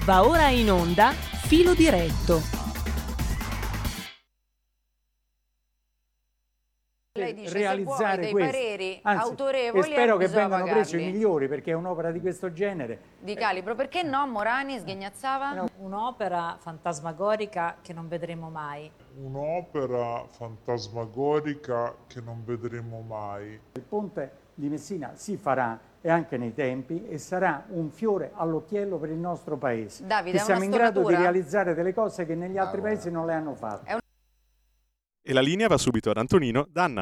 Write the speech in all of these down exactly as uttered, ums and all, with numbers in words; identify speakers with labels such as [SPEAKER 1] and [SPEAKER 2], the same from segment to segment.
[SPEAKER 1] Va ora in onda Filo Diretto.
[SPEAKER 2] Lei dice
[SPEAKER 3] realizzare
[SPEAKER 2] se vuoi dei
[SPEAKER 3] questo.
[SPEAKER 2] pareri
[SPEAKER 3] Anzi,
[SPEAKER 2] autorevoli,
[SPEAKER 3] e spero che
[SPEAKER 2] bisogna
[SPEAKER 3] vengano
[SPEAKER 2] pagarli.
[SPEAKER 3] presi i migliori, perché è un'opera di questo genere.
[SPEAKER 2] Di calibro, perché no? Morani sghignazzava?
[SPEAKER 4] Un'opera fantasmagorica che non vedremo mai.
[SPEAKER 5] Un'opera fantasmagorica che non vedremo mai.
[SPEAKER 3] Il ponte di Messina si farà, e anche nei tempi, e sarà un fiore all'occhiello per il nostro paese.
[SPEAKER 2] Davide,
[SPEAKER 3] che
[SPEAKER 2] è
[SPEAKER 3] siamo
[SPEAKER 2] una
[SPEAKER 3] in grado di
[SPEAKER 2] stonatura?
[SPEAKER 3] realizzare delle cose che negli altri paesi non le hanno fatte.
[SPEAKER 6] E la linea va subito ad Antonino Danna.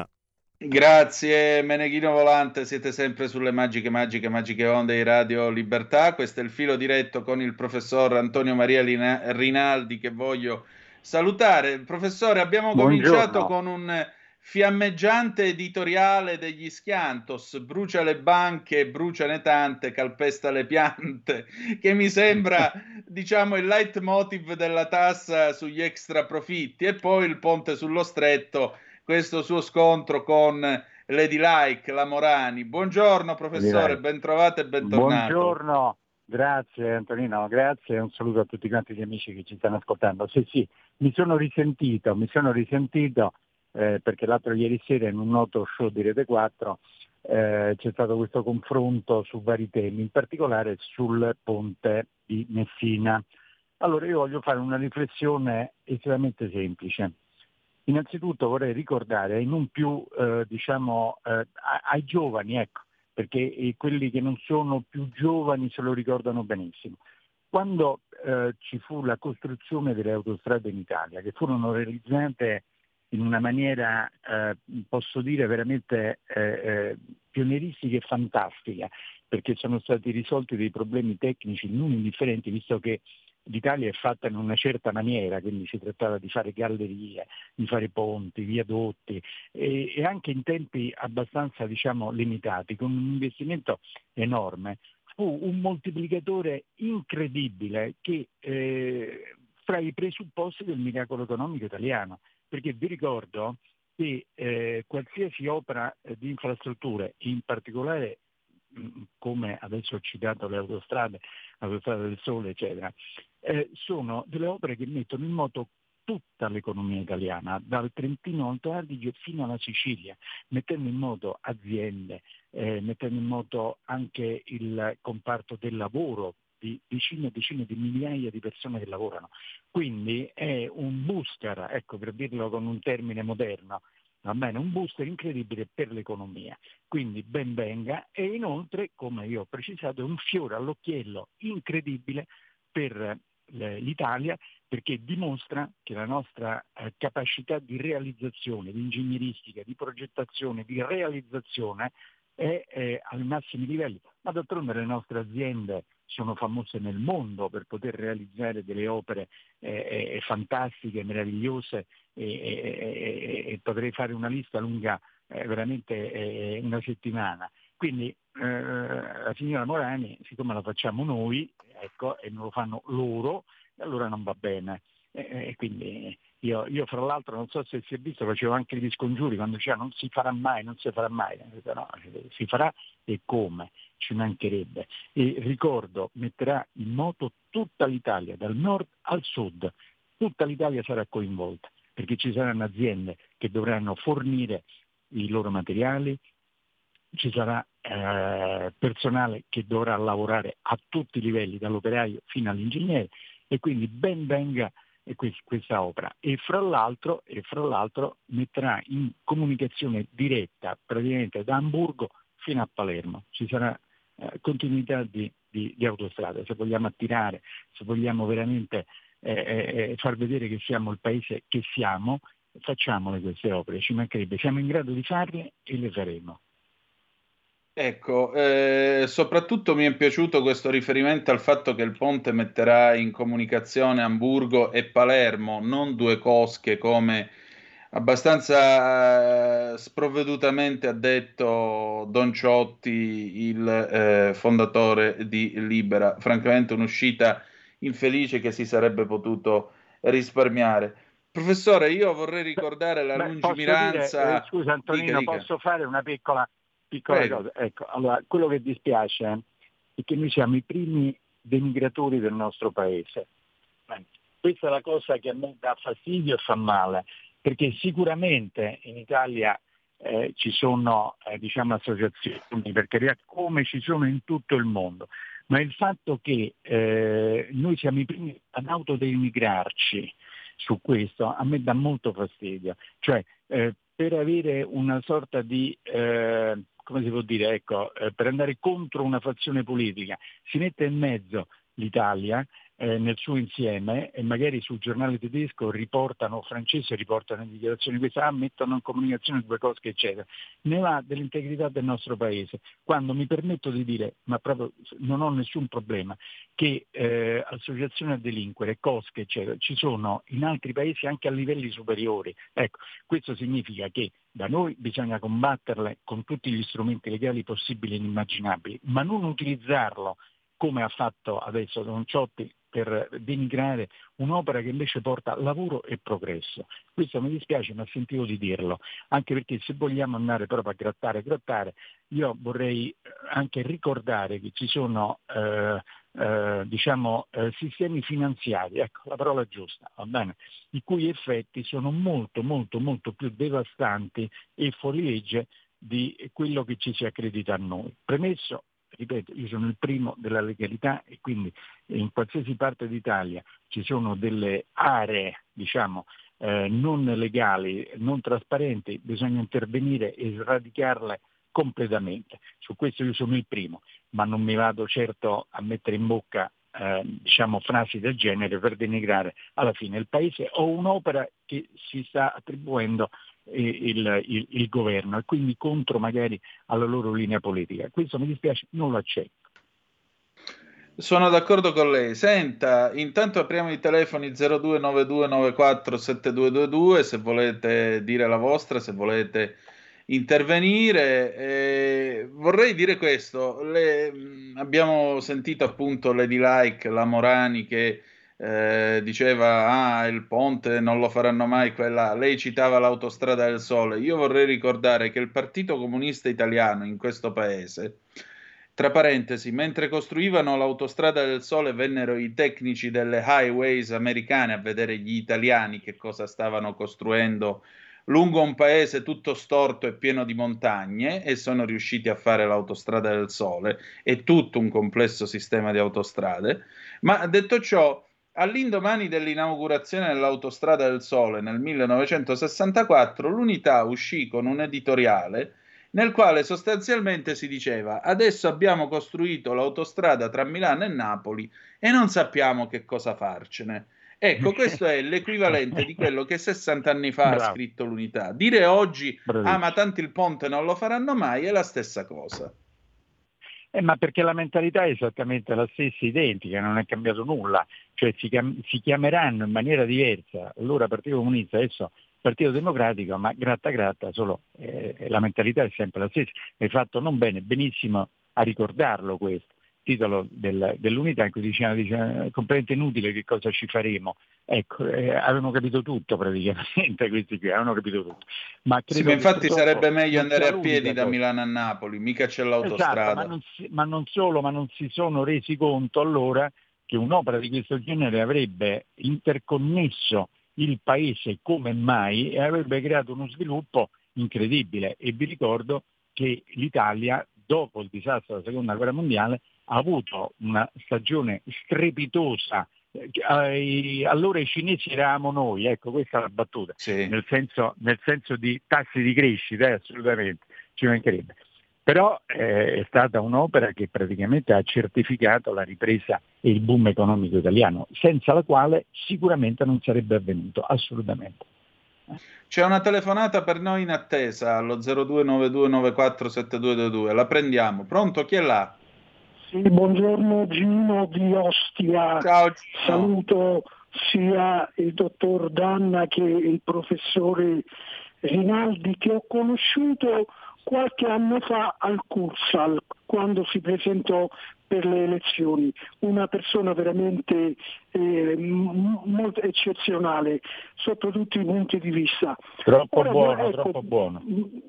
[SPEAKER 7] Grazie Meneghino Volante, siete sempre sulle magiche, magiche, magiche onde di Radio Libertà. Questo è il filo diretto con il professor Antonio Maria Lina- Rinaldi, che voglio salutare. Professore, abbiamo
[SPEAKER 8] Buongiorno.
[SPEAKER 7] cominciato con un fiammeggiante editoriale degli Schiantos: brucia le banche, bruciane tante, calpesta le piante, che mi sembra, diciamo, il leitmotiv della tassa sugli extra profitti. E poi il ponte sullo stretto, questo suo scontro con Lady Like, la Morani. Buongiorno professore,
[SPEAKER 8] Like.
[SPEAKER 7] ben trovato e bentornato.
[SPEAKER 8] Buongiorno, grazie Antonino, grazie e un saluto a tutti quanti gli amici che ci stanno ascoltando. Sì, sì, mi sono risentito, mi sono risentito eh, perché l'altro ieri sera in un noto show di Rete quattro eh, c'è stato questo confronto su vari temi, in particolare sul ponte di Messina. Allora io voglio fare una riflessione estremamente semplice. Innanzitutto vorrei ricordare ai non più, eh, diciamo, eh, ai giovani, ecco, perché eh, quelli che non sono più giovani se lo ricordano benissimo. Quando eh, ci fu la costruzione delle autostrade in Italia, che furono realizzate in una maniera, eh, posso dire, veramente eh, eh, pionieristica e fantastica, perché sono stati risolti dei problemi tecnici non indifferenti, visto che l'Italia è fatta in una certa maniera, quindi si trattava di fare gallerie, di fare ponti, viadotti e, e anche in tempi abbastanza, diciamo, limitati, con un investimento enorme. Fu un moltiplicatore incredibile che eh, fra i presupposti del miracolo economico italiano, perché vi ricordo che eh, qualsiasi opera eh, di infrastrutture, in particolare come adesso ho citato le autostrade, l'autostrada del Sole, eccetera, eh, sono delle opere che mettono in moto tutta l'economia italiana, dal Trentino Alto Adige fino alla Sicilia, mettendo in moto aziende, eh, mettendo in moto anche il comparto del lavoro, di decine e decine di migliaia di persone che lavorano. Quindi è un booster, ecco, per dirlo con un termine moderno, va bene, un booster incredibile per l'economia, quindi ben venga, e inoltre, come io ho precisato, è un fiore all'occhiello incredibile per l'Italia, perché dimostra che la nostra eh, capacità di realizzazione, di ingegneristica, di progettazione, di realizzazione è, è ai massimi livelli, ma d'altronde le nostre aziende sono famose nel mondo per poter realizzare delle opere eh, eh, fantastiche, meravigliose, e, e, e, e potrei fare una lista lunga eh, veramente eh, una settimana. Quindi eh, la signora Morani, siccome la facciamo noi, ecco, e non lo fanno loro, allora non va bene. E, e quindi io, io fra l'altro non so se si è visto, facevo anche gli scongiuri quando diceva non si farà mai, non si farà mai, no, si farà e come, ci mancherebbe. E ricordo, metterà in moto tutta l'Italia, dal nord al sud, tutta l'Italia sarà coinvolta, perché ci saranno aziende che dovranno fornire i loro materiali, ci sarà eh, personale che dovrà lavorare a tutti i livelli, dall'operaio fino all'ingegnere, e quindi ben venga questa opera. E fra l'altro, e fra l'altro metterà in comunicazione diretta praticamente da Amburgo fino a Palermo. Ci sarà eh, continuità di, di, di autostrada. Se vogliamo attirare, se vogliamo veramente eh, eh, far vedere che siamo il paese che siamo, facciamole queste opere, ci mancherebbe. Siamo in grado di farle e le faremo.
[SPEAKER 7] Ecco, eh, soprattutto mi è piaciuto questo riferimento al fatto che il ponte metterà in comunicazione Amburgo e Palermo, non due cosche come abbastanza eh, sprovvedutamente ha detto Don Ciotti, il eh, fondatore di Libera. Francamente un'uscita infelice che si sarebbe potuto risparmiare. Professore, io vorrei ricordare la
[SPEAKER 8] Beh, posso dire, eh,
[SPEAKER 7] lungimiranza.
[SPEAKER 8] scusa Antonino,
[SPEAKER 7] Dica, dica.
[SPEAKER 8] posso fare una piccola, piccola
[SPEAKER 7] Prego.
[SPEAKER 8] cosa? Ecco, allora, quello che dispiace è che noi siamo i primi denigratori del nostro paese. Questa è la cosa che a me dà fastidio e fa male, perché sicuramente in Italia eh, ci sono eh, diciamo associazioni, per carità, come ci sono in tutto il mondo, ma il fatto che eh, noi siamo i primi ad autodenigrarci su questo a me dà molto fastidio. Cioè eh, per avere una sorta di eh, come si può dire, ecco, eh, per andare contro una fazione politica si mette in mezzo l'Italia eh, nel suo insieme e magari sul giornale tedesco riportano, francese riportano in dichiarazioni queste, ah, mettono in comunicazione due cose eccetera. Ne va dell'integrità del nostro paese, quando mi permetto di dire, ma proprio non ho nessun problema, che eh, associazioni a delinquere, cosche eccetera, ci sono in altri paesi anche a livelli superiori. Ecco, questo significa che da noi bisogna combatterle con tutti gli strumenti legali possibili e inimmaginabili, ma non utilizzarlo come ha fatto adesso Don Ciotti per denigrare un'opera che invece porta lavoro e progresso. Questo mi dispiace, ma sentivo di dirlo, anche perché se vogliamo andare proprio a grattare, grattare, io vorrei anche ricordare che ci sono eh, eh, diciamo eh, sistemi finanziari, ecco la parola giusta, va bene, i cui effetti sono molto molto molto più devastanti e fuorilegge di quello che ci si accredita a noi. Premesso, ripeto, io sono il primo della legalità e quindi in qualsiasi parte d'Italia ci sono delle aree, diciamo, eh, non legali, non trasparenti, bisogna intervenire e sradicarle completamente. Su questo io sono il primo, ma non mi vado certo a mettere in bocca eh, diciamo frasi del genere per denigrare alla fine il paese o un'opera che si sta attribuendo Il, il, il governo e quindi contro magari alla loro linea politica. Questo mi dispiace, non lo accetto.
[SPEAKER 7] Sono d'accordo con lei. Senta, intanto apriamo i telefoni zero due nove due nove quattro sette due due due se volete dire la vostra, se volete intervenire. Eh, vorrei dire questo, le, abbiamo sentito appunto Lady Like, la Morani che Eh, diceva ah il ponte non lo faranno mai, quella, lei citava l'autostrada del sole. Io vorrei ricordare che il Partito Comunista Italiano in questo paese, tra parentesi, mentre costruivano l'autostrada del sole vennero i tecnici delle highways americane a vedere gli italiani che cosa stavano costruendo lungo un paese tutto storto e pieno di montagne e sono riusciti a fare l'autostrada del sole e tutto un complesso sistema di autostrade. Ma detto ciò, all'indomani dell'inaugurazione dell'autostrada del Sole nel millenovecentosessantaquattro, l'Unità uscì con un editoriale nel quale sostanzialmente si diceva: adesso abbiamo costruito l'autostrada tra Milano e Napoli e non sappiamo che cosa farcene. Ecco, questo è l'equivalente di quello che sessanta anni fa Bravo. ha scritto l'Unità. Dire oggi, Bravissimo. ah ma tanto il ponte non lo faranno mai, è la stessa cosa.
[SPEAKER 8] Eh, ma perché la mentalità è esattamente la stessa, identica, non è cambiato nulla, cioè si, chiam- si chiameranno in maniera diversa, allora Partito Comunista, adesso Partito Democratico, ma gratta gratta, solo eh, la mentalità è sempre la stessa. Hai fatto non bene, benissimo a ricordarlo questo, titolo del, dell'Unità in cui diceva, diceva è completamente inutile che cosa ci faremo. Ecco, eh, avevano capito tutto praticamente, questi qui avevano capito tutto. Ma credo
[SPEAKER 7] sì, ma infatti
[SPEAKER 8] che
[SPEAKER 7] sarebbe meglio andare a piedi da cosa. Milano a Napoli, mica c'è l'autostrada.
[SPEAKER 8] Esatto, ma, non si, ma non solo, ma non si sono resi conto allora che un'opera di questo genere avrebbe interconnesso il paese come mai e avrebbe creato uno sviluppo incredibile. E vi ricordo che l'Italia, dopo il disastro della Seconda Guerra Mondiale, ha avuto una stagione strepitosa. Allora i cinesi eravamo noi, ecco, questa è la battuta, sì. nel, senso, nel senso di tassi di crescita, eh, assolutamente, ci mancherebbe. Però eh, è stata un'opera che praticamente ha certificato la ripresa e il boom economico italiano, senza la quale sicuramente non sarebbe avvenuto, assolutamente.
[SPEAKER 7] C'è una telefonata per noi in attesa allo zero due nove due nove quattro sette due due due, la prendiamo. Pronto, chi è là?
[SPEAKER 9] Sì, buongiorno, Gino di Ostia.
[SPEAKER 7] Ciao, Gino.
[SPEAKER 9] Saluto sia il dottor Danna che il professore Rinaldi, che ho conosciuto qualche anno fa al Cursal, quando si presentò per le elezioni. Una persona veramente eh, m- molto eccezionale sotto tutti i punti di vista.
[SPEAKER 8] Troppo
[SPEAKER 9] Ora,
[SPEAKER 8] buono,
[SPEAKER 9] ecco,
[SPEAKER 8] troppo buono.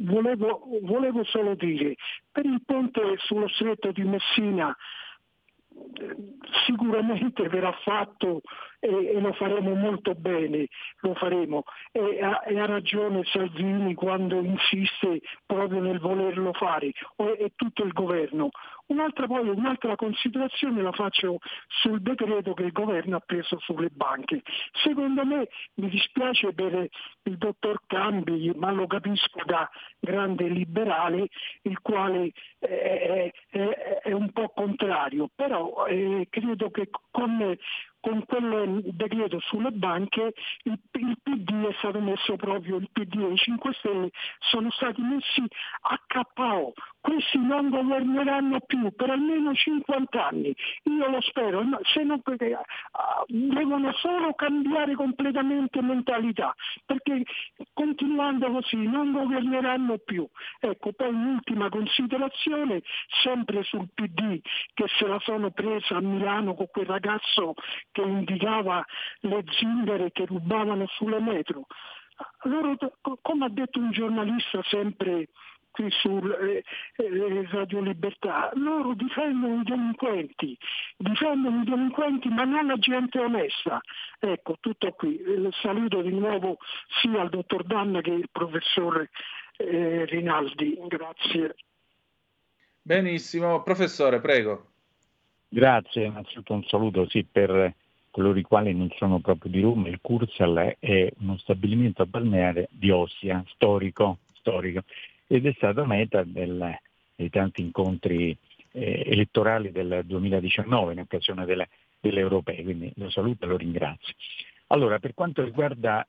[SPEAKER 9] Volevo, volevo solo dire, per il ponte sullo stretto di Messina, sicuramente verrà fatto e, e lo faremo molto bene, lo faremo. E ha, e ha ragione Salvini quando insiste proprio nel volerlo fare, o, e tutto il governo. Un'altra, poi, un'altra considerazione la faccio sul decreto che il governo ha preso sulle banche. Secondo me, mi dispiace per il dottor Cambi, ma lo capisco da grande liberale, il quale è, è, è un po' contrario, però eh, credo che con con quel decreto sulle banche il, il P D è stato messo proprio, il P D e i cinque Stelle sono stati messi a K O. Questi non governeranno più per almeno cinquanta anni, io lo spero, no, se non, perché, uh, devono solo cambiare completamente mentalità, perché continuando così non governeranno più. Ecco, poi un'ultima considerazione, sempre sul P D, che se la sono presa a Milano con quel ragazzo che indicava le zingare che rubavano sulle metro. Loro, come ha detto un giornalista sempre qui su eh, eh, Radio Libertà, loro difendono i delinquenti, difendono i delinquenti ma non la gente onesta. Ecco, tutto qui. Saluto di nuovo sia al dottor Danna che il professore eh, Rinaldi. Grazie.
[SPEAKER 7] Benissimo, professore, prego.
[SPEAKER 8] Grazie, innanzitutto un saluto sì per coloro i quali non sono proprio di Roma. Il Curzal è uno stabilimento balneare di Ostia, storico, storico ed è stato meta del, dei tanti incontri eh, elettorali del duemiladiciannove in occasione delle, delle europee, quindi lo saluto e lo ringrazio. Allora, per quanto riguarda,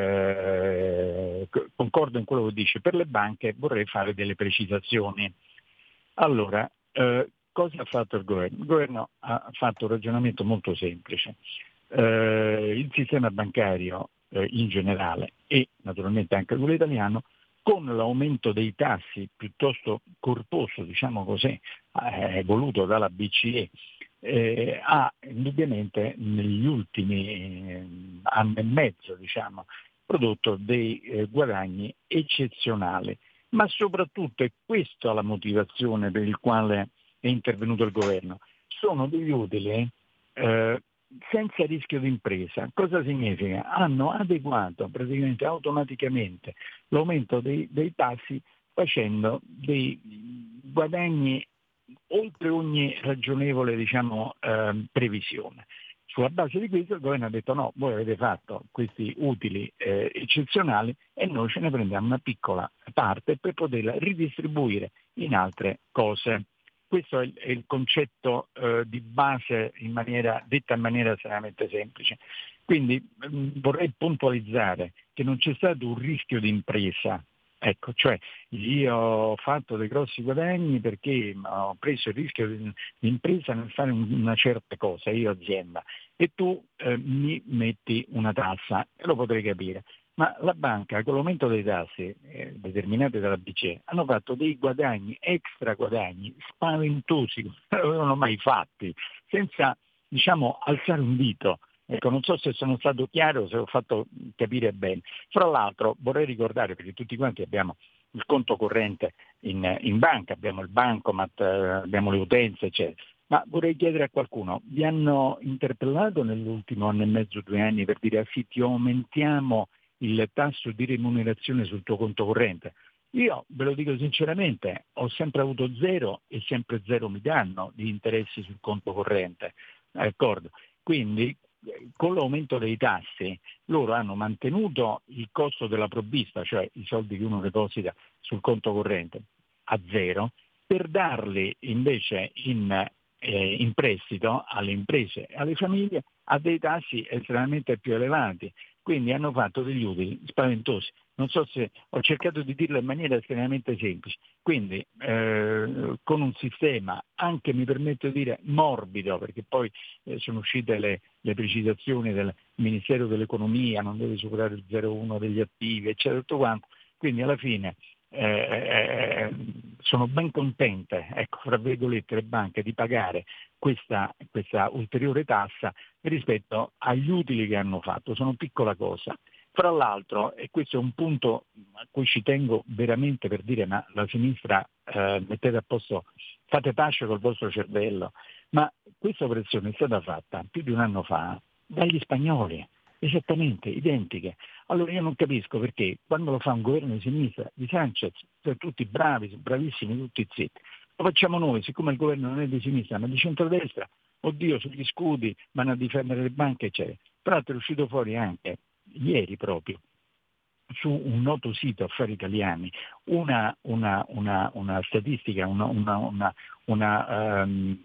[SPEAKER 8] eh, concordo in quello che dice, per le banche vorrei fare delle precisazioni. Allora, eh, cosa ha fatto il governo? Il governo ha fatto un ragionamento molto semplice. Eh, il sistema bancario eh, in generale e naturalmente anche quello italiano, con l'aumento dei tassi piuttosto corposo, diciamo così, eh, voluto dalla B C E, eh, ha indubbiamente negli ultimi eh, anni e mezzo, diciamo, prodotto dei eh, guadagni eccezionali. Ma soprattutto, è questa la motivazione per il quale è intervenuto il governo, sono degli utili eh, senza rischio di impresa. Cosa significa? Hanno adeguato praticamente automaticamente l'aumento dei, dei tassi facendo dei guadagni oltre ogni ragionevole, diciamo, eh, previsione. Sulla base di questo il governo ha detto no, voi avete fatto questi utili eh, eccezionali e noi ce ne prendiamo una piccola parte per poterla ridistribuire in altre cose. Questo è il, è il concetto eh, di base in maniera, detta in maniera estremamente semplice. Quindi mh, vorrei puntualizzare che non c'è stato un rischio di impresa. Ecco, cioè io ho fatto dei grossi guadagni perché ho preso il rischio di, di impresa nel fare una certa cosa, io azienda, e tu eh, mi metti una tassa, e lo potrei capire. Ma la banca con l'aumento dei tassi eh, determinati dalla B C E hanno fatto dei guadagni, extra guadagni spaventosi, non avevano mai fatti, senza, diciamo, alzare un dito. Ecco, non so se sono stato chiaro, se ho fatto capire bene. Fra l'altro vorrei ricordare, perché tutti quanti abbiamo il conto corrente in, in banca, abbiamo il bancomat, eh, abbiamo le utenze, eccetera. Ma vorrei chiedere a qualcuno, vi hanno interpellato nell'ultimo anno e mezzo, due anni, per dire ah, sì, ti aumentiamo il tasso di remunerazione sul tuo conto corrente? Io ve lo dico sinceramente, ho sempre avuto zero e sempre zero mi danno di interessi sul conto corrente, d'accordo? Quindi con l'aumento dei tassi loro hanno mantenuto il costo della provvista, cioè i soldi che uno deposita sul conto corrente, a zero, per darli invece in, eh, in prestito alle imprese e alle famiglie a dei tassi estremamente più elevati. Quindi hanno fatto degli utili spaventosi. Non so se ho cercato di dirlo in maniera estremamente semplice. Quindi eh, con un sistema anche, mi permetto di dire, morbido, perché poi eh, sono uscite le, le precisazioni del Ministero dell'Economia, non deve superare il zero virgola uno degli attivi, eccetera, tutto quanto. Quindi alla fine eh, sono ben contente, ecco, fra virgolette, le banche di pagare questa, questa ulteriore tassa rispetto agli utili che hanno fatto. Sono piccola cosa. Fra l'altro, e questo è un punto a cui ci tengo veramente per dire, ma la sinistra eh, mettete a posto, fate pace col vostro cervello. Ma questa operazione è stata fatta più di un anno fa dagli spagnoli, esattamente identiche. Allora io non capisco perché quando lo fa un governo di sinistra, di Sanchez, sono tutti bravi, sono bravissimi, tutti zitti. Lo facciamo noi, siccome il governo non è di sinistra ma di centrodestra, oddio, sugli scudi vanno a difendere le banche, eccetera. Tra l'altro è uscito fuori anche ieri proprio su un noto sito Affari Italiani una, una, una, una statistica, una, una, una, una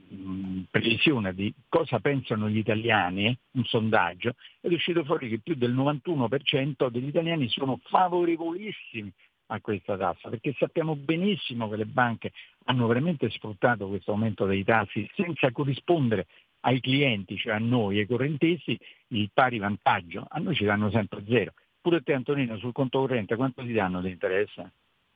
[SPEAKER 8] um, previsione di cosa pensano gli italiani, un sondaggio, ed è uscito fuori che più del novantuno per cento degli italiani sono favorevolissimi a questa tassa, perché sappiamo benissimo che le banche hanno veramente sfruttato questo aumento dei tassi senza corrispondere ai clienti, cioè a noi, ai correntisti, il pari vantaggio. A noi ci danno sempre zero. Pure te, Antonino, sul conto corrente quanto ti danno di interesse?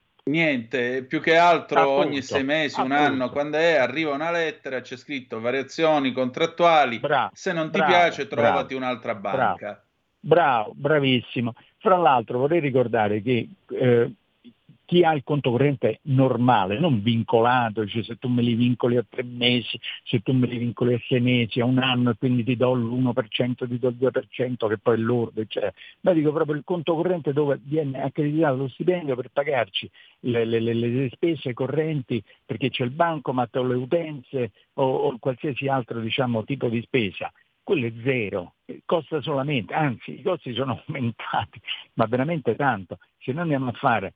[SPEAKER 7] Niente, più che altro
[SPEAKER 8] Appunto,
[SPEAKER 7] ogni sei mesi, un
[SPEAKER 8] appunto.
[SPEAKER 7] anno, quando è, arriva una lettera, c'è scritto variazioni contrattuali,
[SPEAKER 8] Bravo,
[SPEAKER 7] se non ti
[SPEAKER 8] bravo,
[SPEAKER 7] piace trovati
[SPEAKER 8] bravo,
[SPEAKER 7] un'altra
[SPEAKER 8] bravo,
[SPEAKER 7] banca.
[SPEAKER 8] bravo, bravissimo. Fra l'altro vorrei ricordare che eh, chi ha il conto corrente normale, non vincolato, cioè se tu me li vincoli a tre mesi, se tu me li vincoli a sei mesi, a un anno e quindi ti do l'uno per cento, ti do il due per cento che poi è lordo, eccetera. Ma dico proprio il conto corrente dove viene accreditato lo stipendio per pagarci le, le, le, le spese correnti perché c'è il bancomat o le utenze o, o qualsiasi altro diciamo tipo di spesa. Quello è zero, costa solamente, anzi i costi sono aumentati, ma veramente tanto. Se noi andiamo a fare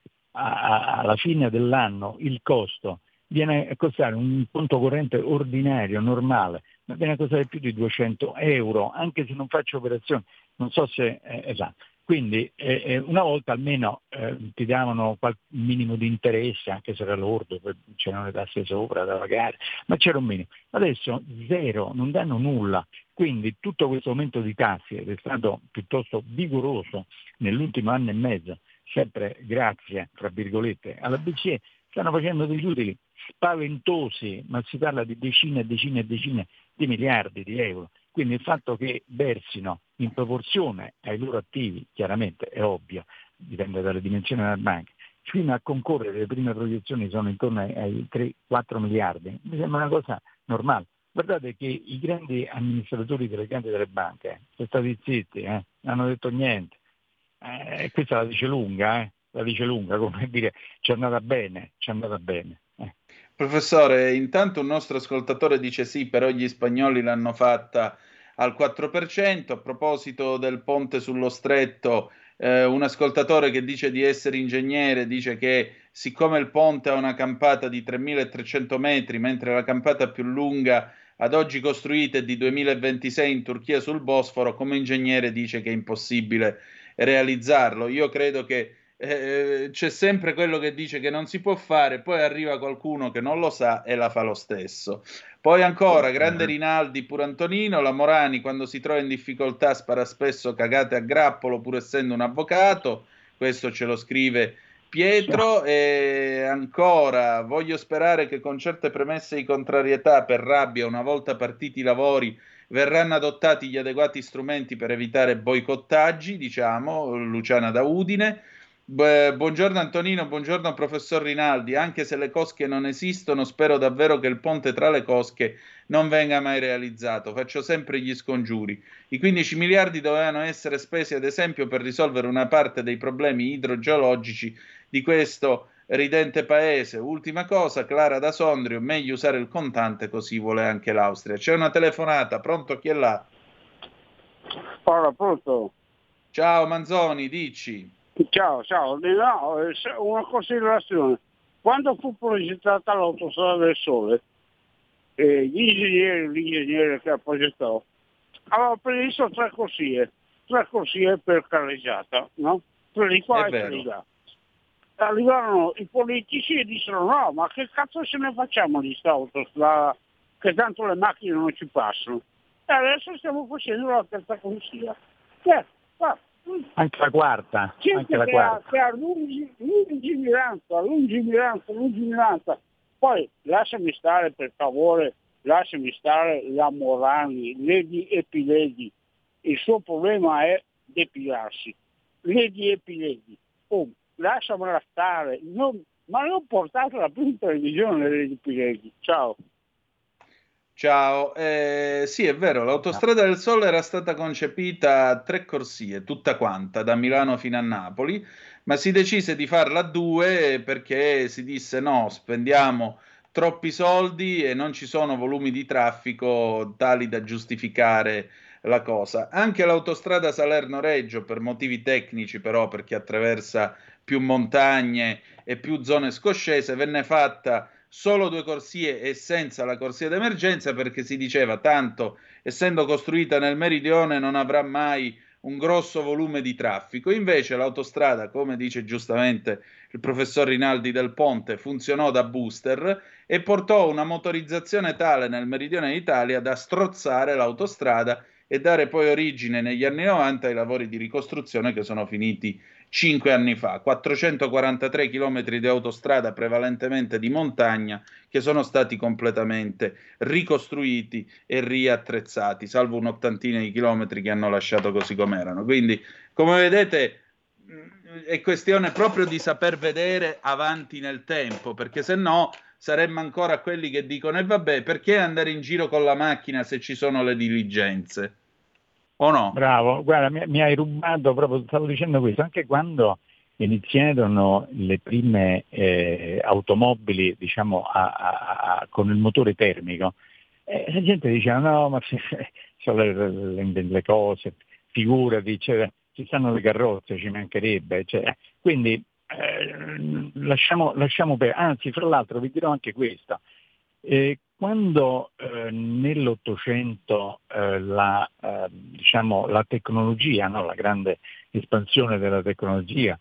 [SPEAKER 8] alla fine dell'anno il costo viene a costare un conto corrente ordinario, normale, ma viene a costare più di duecento euro, anche se non faccio operazioni, non so se è esatto. Quindi eh, una volta almeno eh, ti davano qualche minimo di interesse, anche se era lordo, c'erano le tasse sopra da pagare, ma c'era un minimo. Adesso zero, non danno nulla. Quindi tutto questo aumento di tassi ed è stato piuttosto vigoroso nell'ultimo anno e mezzo, sempre grazie, tra virgolette, alla B C E, stanno facendo degli utili spaventosi, ma si parla di decine e decine e decine di miliardi di euro. Quindi il fatto che versino in proporzione ai loro attivi, chiaramente è ovvio, dipende dalle dimensioni della banca, fino a concorrere, le prime proiezioni sono intorno ai, ai tre quattro miliardi, mi sembra una cosa normale. Guardate che i grandi amministratori deleganti delle banche sono stati zitti, eh, non hanno detto niente. Eh, questa la dice lunga, eh? La dice lunga, come dire, ci è andata bene, ci è andata bene. Eh.
[SPEAKER 7] Professore, intanto un nostro ascoltatore dice sì, però gli spagnoli l'hanno fatta al quattro per cento. A proposito del ponte sullo stretto, eh, un ascoltatore che dice di essere ingegnere dice che siccome il ponte ha una campata di tremilatrecento metri, mentre la campata più lunga ad oggi costruita è di duemilaventisei in Turchia sul Bosforo, come ingegnere dice che è impossibile realizzarlo. Io credo che eh, c'è sempre quello che dice che non si può fare, poi arriva qualcuno che non lo sa e la fa lo stesso. Poi ancora, grande Rinaldi, pure Antonino, la Morani quando si trova in difficoltà spara spesso cagate a grappolo pur essendo un avvocato, questo ce lo scrive Pietro. E ancora, voglio sperare che con certe premesse di contrarietà per rabbia, una volta partiti i lavori, verranno adottati gli adeguati strumenti per evitare boicottaggi, diciamo, Luciana da Udine. Beh, buongiorno Antonino, buongiorno professor Rinaldi. Anche se le cosche non esistono, spero davvero che il ponte tra le cosche non venga mai realizzato. Faccio sempre gli scongiuri. I quindici miliardi dovevano essere spesi, ad esempio, per risolvere una parte dei problemi idrogeologici di questo ridente paese. Ultima cosa, Clara da Sondrio, meglio usare il contante, così vuole anche l'Austria. C'è una telefonata, pronto, chi è là?
[SPEAKER 10] Ora, pronto?
[SPEAKER 7] Ciao Manzoni, dici.
[SPEAKER 10] Ciao, ciao. No, una considerazione. Quando fu progettata l'autostrada del Sole, eh, gli ingegneri, l'ingegnere che ha progettato, aveva previsto tre corsie, tre corsie per carreggiata, no? Tre di qua
[SPEAKER 7] È
[SPEAKER 10] e tre
[SPEAKER 7] vero.
[SPEAKER 10] di là. Arrivarono i politici e dissero no, ma che cazzo ce ne facciamo di sta autostrada, che tanto le macchine non ci passano. E adesso stiamo facendo la terza corsia. Eh, ah,
[SPEAKER 8] Anche la quarta,
[SPEAKER 10] gente
[SPEAKER 8] anche la
[SPEAKER 10] che
[SPEAKER 8] quarta.
[SPEAKER 10] ha, che ha lungi, lungimiranza, lungimiranza, lungimiranza. Poi lasciami stare per favore, lasciami stare la Morani, Lady Epiledi. Il suo problema è depilarsi. Lady Epiledi. Oh, lasciamela stare, non, ma non portatela più in televisione Lady Epiledi. Ciao.
[SPEAKER 7] Ciao, eh, sì è vero, l'Autostrada del Sole era stata concepita a tre corsie, tutta quanta, da Milano fino a Napoli, ma si decise di farla a due perché si disse no, spendiamo troppi soldi e non ci sono volumi di traffico tali da giustificare la cosa. Anche l'autostrada Salerno-Reggio, per motivi tecnici però, perché attraversa più montagne e più zone scoscese, venne fatta solo due corsie e senza la corsia d'emergenza perché si diceva tanto, essendo costruita nel meridione, non avrà mai un grosso volume di traffico. Invece l'autostrada, come dice giustamente il professor Rinaldi del Ponte, funzionò da booster e portò una motorizzazione tale nel meridione d'Italia da strozzare l'autostrada e dare poi origine negli anni novanta ai lavori di ricostruzione che sono finiti cinque anni fa. quattrocentoquarantatré chilometri di autostrada prevalentemente di montagna che sono stati completamente ricostruiti e riattrezzati, salvo un'ottantina di chilometri che hanno lasciato così com'erano. Quindi, come vedete, è questione proprio di saper vedere avanti nel tempo, perché se no saremmo ancora quelli che dicono e eh vabbè, perché andare in giro con la macchina se ci sono le diligenze? O no?
[SPEAKER 8] Bravo, guarda, mi, mi hai rubato proprio, stavo dicendo questo, anche quando iniziarono le prime eh, automobili, diciamo, a, a, a, con il motore termico, eh, la gente diceva no, ma sono le, le, le cose, figurati, cioè, ci stanno le carrozze, ci mancherebbe, cioè, quindi eh, lasciamo, lasciamo per, anzi, fra l'altro vi dirò anche questo. Eh, quando eh, nell'Ottocento eh, la, eh, diciamo, la tecnologia, no, la grande espansione della tecnologia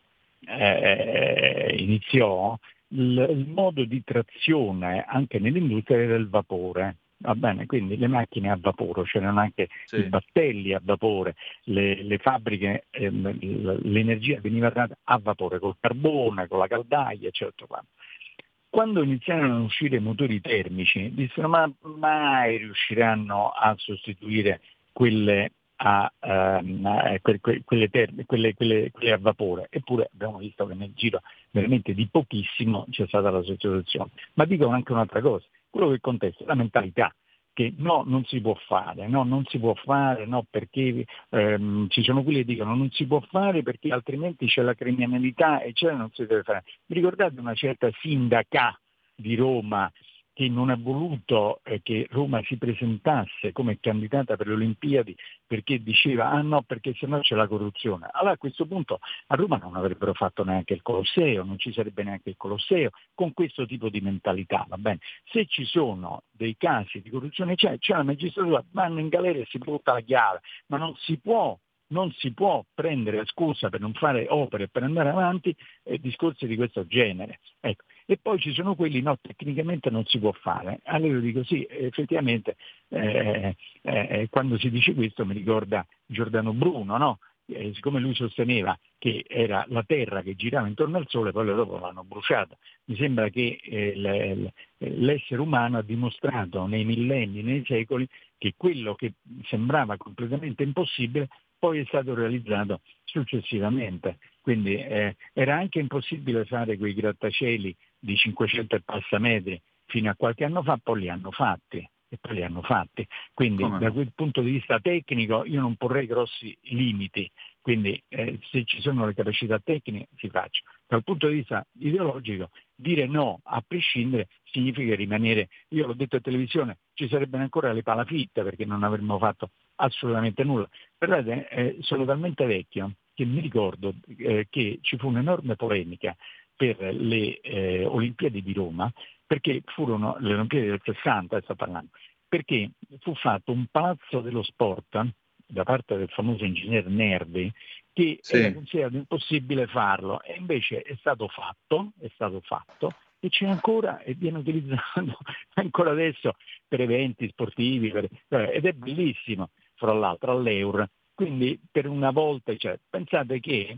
[SPEAKER 8] eh, iniziò, il, il modo di trazione anche nell'industria era il vapore. Va bene, quindi le macchine a vapore, c'erano anche sì. i battelli a vapore, le, le fabbriche, ehm, l'energia veniva data a vapore, col carbone, con la caldaia, eccetera. Quando iniziarono a uscire i motori termici, dissero ma mai riusciranno a sostituire quelle a, um, a que, que, quelle, term- quelle, quelle, quelle a vapore. Eppure abbiamo visto che nel giro veramente di pochissimo c'è stata la sostituzione. Ma dico anche un'altra cosa, quello che contesto è la mentalità, che no, non si può fare, no, non si può fare, no, perché ehm, ci sono quelli che dicono non si può fare perché altrimenti c'è la criminalità e cioè non si deve fare. Vi ricordate una certa sindaca di Roma che non ha voluto eh, che Roma si presentasse come candidata per le Olimpiadi perché diceva ah no perché sennò c'è la corruzione. Allora a questo punto a Roma non avrebbero fatto neanche il Colosseo, non ci sarebbe neanche il Colosseo con questo tipo di mentalità, va bene? Se ci sono dei casi di corruzione c'è, c'è la magistratura, vanno in galera e si butta la chiave, ma non si può non si può prendere scusa per non fare opere, per andare avanti, eh, discorsi di questo genere. Ecco. E poi ci sono quelli, no, tecnicamente non si può fare. Allora io dico sì, effettivamente eh, eh, quando si dice questo mi ricorda Giordano Bruno, no? Eh, siccome lui sosteneva che era la Terra che girava intorno al Sole, poi dopo l'hanno bruciata. Mi sembra che eh, l'essere umano ha dimostrato nei millenni, nei secoli, che quello che sembrava completamente impossibile poi è stato realizzato successivamente. Quindi eh, era anche impossibile fare quei grattacieli di cinquecento e passa metri fino a qualche anno fa, poi li hanno fatti. E poi li hanno fatti. Quindi Come? Da quel punto di vista tecnico io non porrei grossi limiti, quindi eh, se ci sono le capacità tecniche si faccia. Dal punto di vista ideologico dire no a prescindere significa rimanere, io l'ho detto a televisione, ci sarebbero ancora le palafitte perché non avremmo fatto assolutamente nulla. Però eh, sono talmente vecchio che mi ricordo eh, che ci fu un'enorme polemica per le eh, Olimpiadi di Roma, perché furono le Olimpiadi del sessanta, sto parlando, perché fu fatto un palazzo dello sport da parte del famoso ingegner Nervi che sì. era considerato impossibile farlo e invece è stato fatto, è stato fatto e c'è ancora e viene utilizzato ancora adesso per eventi sportivi per, ed è bellissimo, fra l'altro all'Eur. Quindi per una volta, cioè, pensate che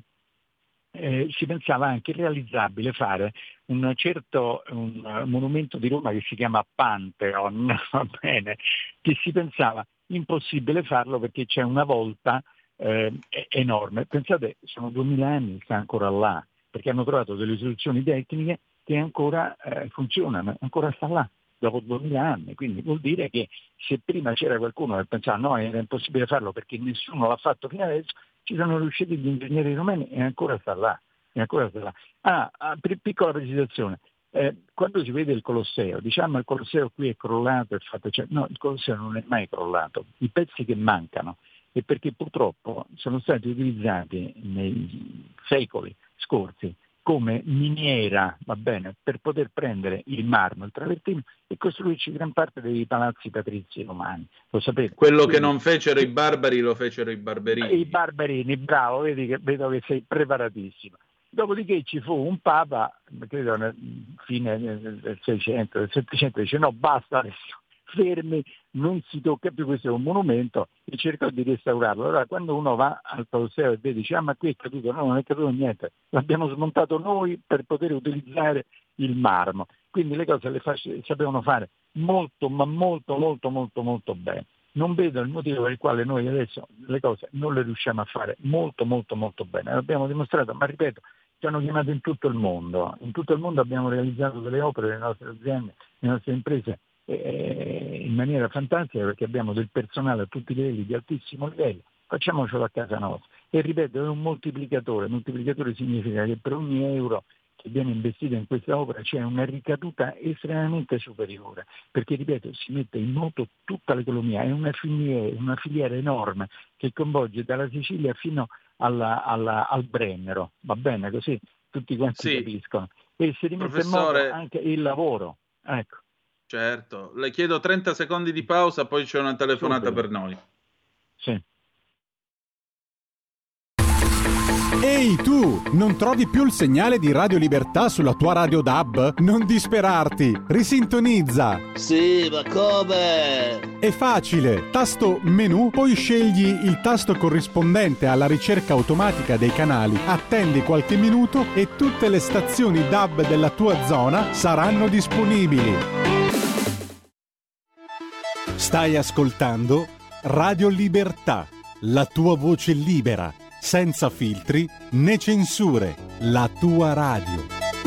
[SPEAKER 8] Eh, si pensava anche realizzabile fare un certo un, uh, monumento di Roma che si chiama Pantheon, va bene, che si pensava impossibile farlo perché c'è una volta eh, enorme. Pensate, sono duemila anni, sta ancora là, perché hanno trovato delle soluzioni tecniche che ancora eh, funzionano, ancora sta là. dopo duemila anni, quindi vuol dire che se prima c'era qualcuno che pensava no, era impossibile farlo perché nessuno l'ha fatto fino adesso, ci sono riusciti gli ingegneri romani e ancora sta là. E ancora sta là. Ah, ah, piccola precisazione, eh, quando si vede il Colosseo, diciamo il Colosseo qui è crollato, è fatto, cioè, no, il Colosseo non è mai crollato, i pezzi che mancano è perché purtroppo sono stati utilizzati nei secoli scorsi come miniera, va bene, per poter prendere il marmo, il travertino e costruirci gran parte dei palazzi patrizi romani. Lo sapete?
[SPEAKER 7] Quello
[SPEAKER 8] Quindi,
[SPEAKER 7] che non fecero i barbari lo fecero i barberini.
[SPEAKER 8] I barberini, bravo, vedi che vedo che sei preparatissimo. Dopodiché ci fu un papa, credo nel fine del Seicento, del Settecento, dice no, basta adesso, fermi, non si tocca più, questo è un monumento, e cercò di restaurarlo. Allora quando uno va al Colosseo e vede, dice ah ma qui è caduto, no, non è caduto niente, l'abbiamo smontato noi per poter utilizzare il marmo. Quindi le cose le fa, sapevano fare molto, ma molto, molto, molto, molto bene. Non vedo il motivo per il quale noi adesso le cose non le riusciamo a fare molto, molto, molto bene. L'abbiamo dimostrato, ma ripeto, ci hanno chiamato in tutto il mondo. In tutto il mondo abbiamo realizzato delle opere, le nostre aziende, le nostre imprese, in maniera fantastica perché abbiamo del personale a tutti i livelli, di altissimo livello, facciamocelo a casa nostra. E ripeto, è un moltiplicatore, moltiplicatore significa che per ogni euro che viene investito in questa opera c'è una ricaduta estremamente superiore, perché ripeto, si mette in moto tutta l'economia, è una filiera, una filiera enorme che coinvolge dalla Sicilia fino alla, alla, al Brennero, va bene così? Tutti quanti sì. Capiscono. E si rimette
[SPEAKER 7] Professore...
[SPEAKER 8] in moto anche il lavoro. Ecco.
[SPEAKER 7] Certo, le chiedo trenta secondi di pausa, poi c'è una telefonata Subito. Per noi.
[SPEAKER 8] Sì.
[SPEAKER 11] Ehi tu, non trovi più il segnale di Radio Libertà sulla tua radio D A B? Non disperarti, risintonizza.
[SPEAKER 12] Sì, ma come?
[SPEAKER 11] È facile, tasto menu, poi scegli il tasto corrispondente alla ricerca automatica dei canali, attendi qualche minuto e tutte le stazioni D A B della tua zona saranno disponibili. Stai ascoltando Radio Libertà, la tua voce libera, senza filtri né censure, la tua radio.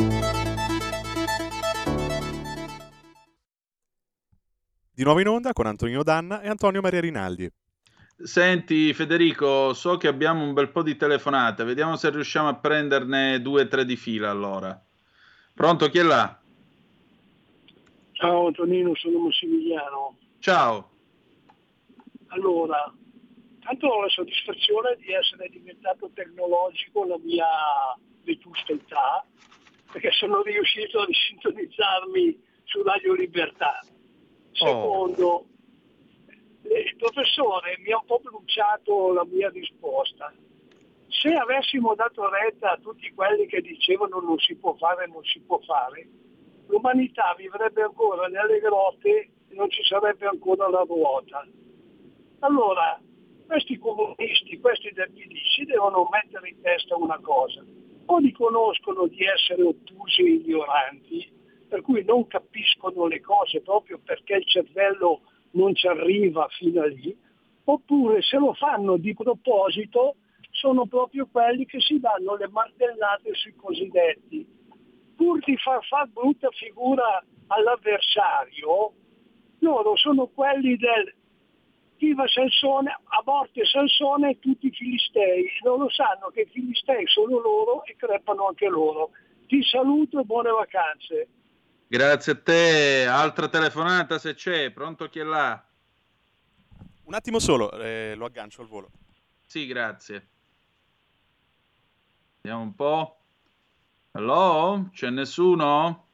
[SPEAKER 6] Di nuovo in onda con Antonino Danna e Antonio Maria Rinaldi.
[SPEAKER 7] Senti Federico, so che abbiamo un bel po' di telefonate, vediamo se riusciamo a prenderne due o tre di fila allora. Pronto, chi è là?
[SPEAKER 9] Ciao Antonino, sono Massimiliano.
[SPEAKER 7] Ciao.
[SPEAKER 9] Allora, tanto ho la soddisfazione di essere diventato tecnologico alla mia vetusta età, perché sono riuscito a sintonizzarmi su Radio Libertà. Secondo, oh. il professore mi ha un po' bruciato la mia risposta. Se avessimo dato retta a tutti quelli che dicevano non si può fare, non si può fare, l'umanità vivrebbe ancora nelle grotte e non ci sarebbe ancora la ruota. Allora, questi comunisti, questi del P D si devono mettere in testa una cosa: o riconoscono di essere ottusi e ignoranti, per cui non capiscono le cose proprio perché il cervello non ci arriva fino a lì, oppure se lo fanno di proposito sono proprio quelli che si danno le martellate sui cosiddetti. Pur di far far brutta figura all'avversario, loro sono quelli del viva Sansone, a morte Sansone e tutti i filistei. Non lo sanno che i filistei sono loro e crepano anche loro. Ti saluto e buone vacanze.
[SPEAKER 7] Grazie a te. Altra telefonata se c'è. Pronto, chi è là?
[SPEAKER 6] Un attimo solo, eh, lo aggancio al volo.
[SPEAKER 7] Sì, grazie. Vediamo un po'. Hello? C'è nessuno?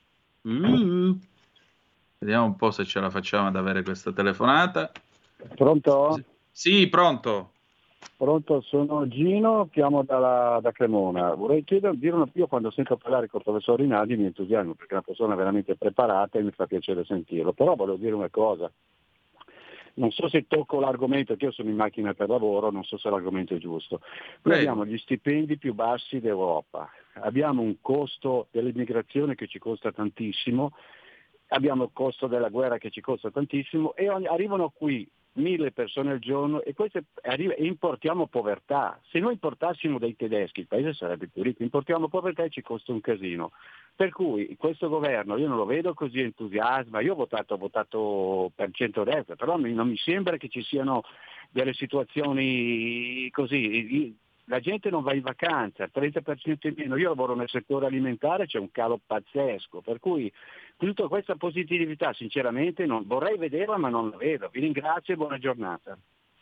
[SPEAKER 7] Uh. Vediamo un po' se ce la facciamo ad avere questa telefonata.
[SPEAKER 8] Pronto?
[SPEAKER 7] Sì, pronto.
[SPEAKER 8] Pronto, sono Gino, chiamo dalla, da Cremona. Vorrei chiedere, dire una io quando sento parlare col professor Rinaldi mi entusiasmo perché è una persona veramente preparata e mi fa piacere sentirlo. Però volevo dire una cosa. Non so se tocco l'argomento, che io sono in macchina per lavoro, non so se l'argomento è giusto. Noi abbiamo gli stipendi più bassi d'Europa, abbiamo un costo dell'immigrazione che ci costa tantissimo, abbiamo il costo della guerra che ci costa tantissimo e arrivano qui mille persone al giorno e queste arriva, e importiamo povertà. Se noi importassimo dai tedeschi il paese sarebbe più ricco, importiamo povertà e ci costa un casino. Per cui questo governo io non lo vedo così entusiasma, io ho votato, ho votato per centrodestra, però non mi sembra che ci siano delle situazioni così. La gente non va in vacanza, trenta per cento in meno, io lavoro nel settore alimentare, c'è un calo pazzesco, per cui tutta questa positività sinceramente non vorrei vederla ma non la vedo. Vi ringrazio e buona giornata.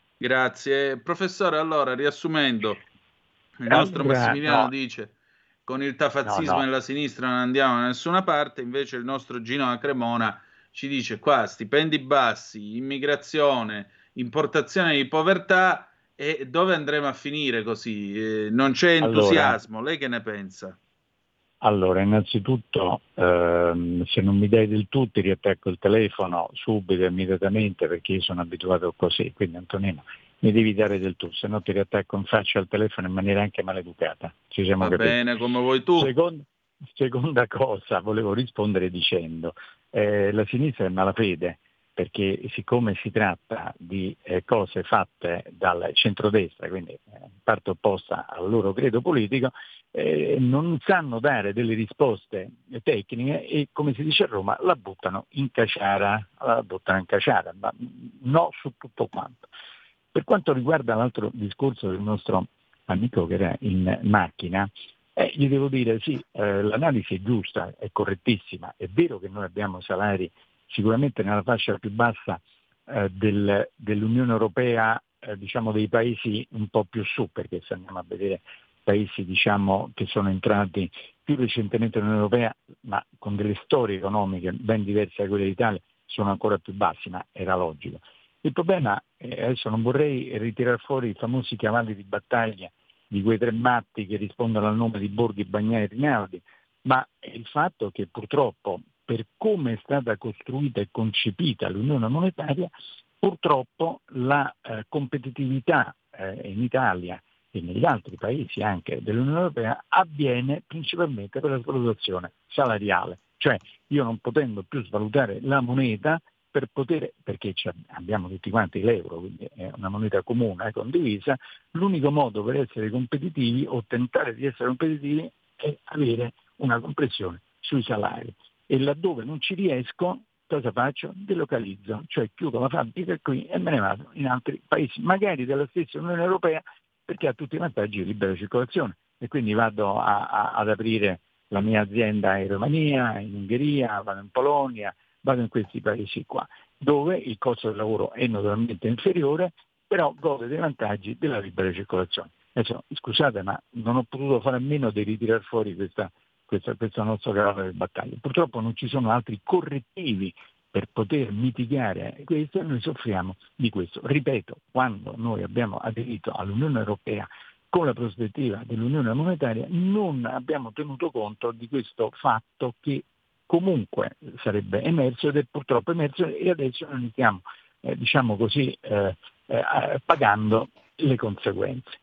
[SPEAKER 7] Grazie. Professore, allora riassumendo, il nostro
[SPEAKER 8] Allora,
[SPEAKER 7] Massimiliano
[SPEAKER 8] no.
[SPEAKER 7] dice con il tafazzismo
[SPEAKER 8] No, no.
[SPEAKER 7] nella sinistra non andiamo da nessuna parte, invece il nostro Gino da Cremona ci dice qua stipendi bassi, immigrazione, importazione di povertà. E dove andremo a finire così? Eh, non c'è entusiasmo, allora, lei che ne pensa?
[SPEAKER 8] Allora, innanzitutto, ehm, se non mi dai del tutto ti riattacco il telefono subito, immediatamente, perché io sono abituato così, quindi Antonino, mi devi dare del tu, se no ti riattacco in faccia al telefono in maniera anche maleducata. Ci siamo
[SPEAKER 7] Va
[SPEAKER 8] capiti.
[SPEAKER 7] bene, come vuoi tu.
[SPEAKER 8] Seconda, seconda cosa, volevo rispondere dicendo, eh, la sinistra è malafede, perché siccome si tratta di eh, cose fatte dal centrodestra, quindi eh, parte opposta al loro credo politico, eh, non sanno dare delle risposte tecniche e, come si dice a Roma, la buttano in caciara, la buttano in caciara, ma no su tutto quanto. Per quanto riguarda l'altro discorso del nostro amico che era in macchina, eh, gli devo dire sì, eh, l'analisi è giusta, è correttissima, è vero che noi abbiamo salari sicuramente nella fascia più bassa eh, del, dell'Unione Europea, eh, diciamo dei paesi un po' più su, perché se andiamo a vedere paesi diciamo che sono entrati più recentemente nell'Unione Europea, ma con delle storie economiche ben diverse da quelle d'Italia, sono ancora più bassi, ma era logico. Il problema, eh, adesso non vorrei ritirare fuori i famosi cavalli di battaglia di quei tre matti che rispondono al nome di Borghi, Bagnai e Rinaldi, ma è il fatto che purtroppo per come è stata costruita e concepita l'Unione Monetaria, purtroppo la eh, competitività eh, in Italia e negli altri paesi anche dell'Unione Europea avviene principalmente per la svalutazione salariale. Cioè io non potendo più svalutare la moneta per poter, perché abbiamo tutti quanti l'euro, quindi è una moneta comune, eh, condivisa, l'unico modo per essere competitivi o tentare di essere competitivi è avere una compressione sui salari. E laddove non ci riesco, cosa faccio? Delocalizzo, cioè chiudo la fabbrica qui e me ne vado in altri paesi, magari della stessa Unione Europea, perché ha tutti i vantaggi di libera circolazione. E quindi vado a, a, ad aprire la mia azienda in Romania, in Ungheria, vado in Polonia, vado in questi paesi qua, dove il costo del lavoro è notevolmente inferiore, però gode dei vantaggi della libera circolazione. Adesso, scusate, ma non ho potuto fare a meno di ritirare fuori questa Questo, questo nostro cavallo di battaglia. Purtroppo non ci sono altri correttivi per poter mitigare questo e noi soffriamo di questo. Ripeto, quando noi abbiamo aderito all'Unione Europea con la prospettiva dell'Unione Monetaria non abbiamo tenuto conto di questo fatto che comunque sarebbe emerso ed è purtroppo emerso e adesso noi stiamo eh, diciamo così eh, eh, pagando le conseguenze.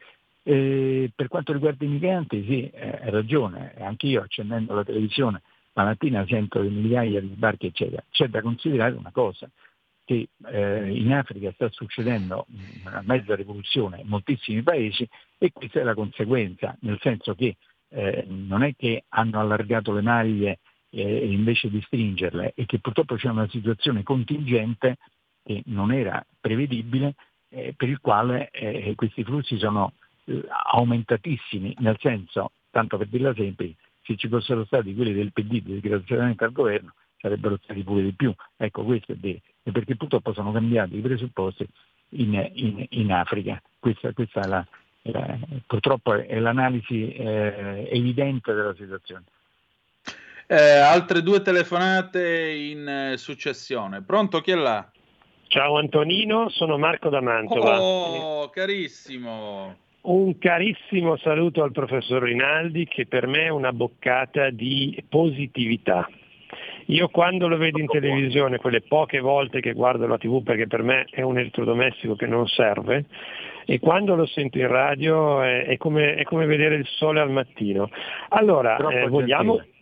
[SPEAKER 8] Eh, per quanto riguarda i migranti, sì, eh, hai ragione, anche io accendendo la televisione la mattina sento le migliaia di sbarchi eccetera. C'è da considerare una cosa, che eh, in Africa sta succedendo una mezza rivoluzione in moltissimi paesi e questa è la conseguenza, nel senso che eh, non è che hanno allargato le maglie eh, invece di stringerle e che purtroppo c'è una situazione contingente che non era prevedibile eh, per il quale eh, questi flussi sono aumentatissimi, nel senso, tanto per dirla semplice, se ci fossero stati quelli del P D disgraziatamente al governo sarebbero stati pure di più. Ecco, questo è vero, e perché purtroppo sono cambiati i presupposti in, in, in Africa. Questa, questa è la, è la, purtroppo è l'analisi eh, evidente della situazione.
[SPEAKER 7] Eh, altre due telefonate in eh, successione. Pronto, chi è là?
[SPEAKER 13] Ciao Antonino, sono Marco da Mantova.
[SPEAKER 7] Oh, carissimo!
[SPEAKER 13] Un carissimo saluto al professor Rinaldi, che per me è una boccata di positività. Io quando lo vedo in televisione, quelle poche volte che guardo la tivù, perché per me è un elettrodomestico che non serve, e quando lo sento in radio è, è, come, è come vedere il sole al mattino. Allora, eh, vogliamo...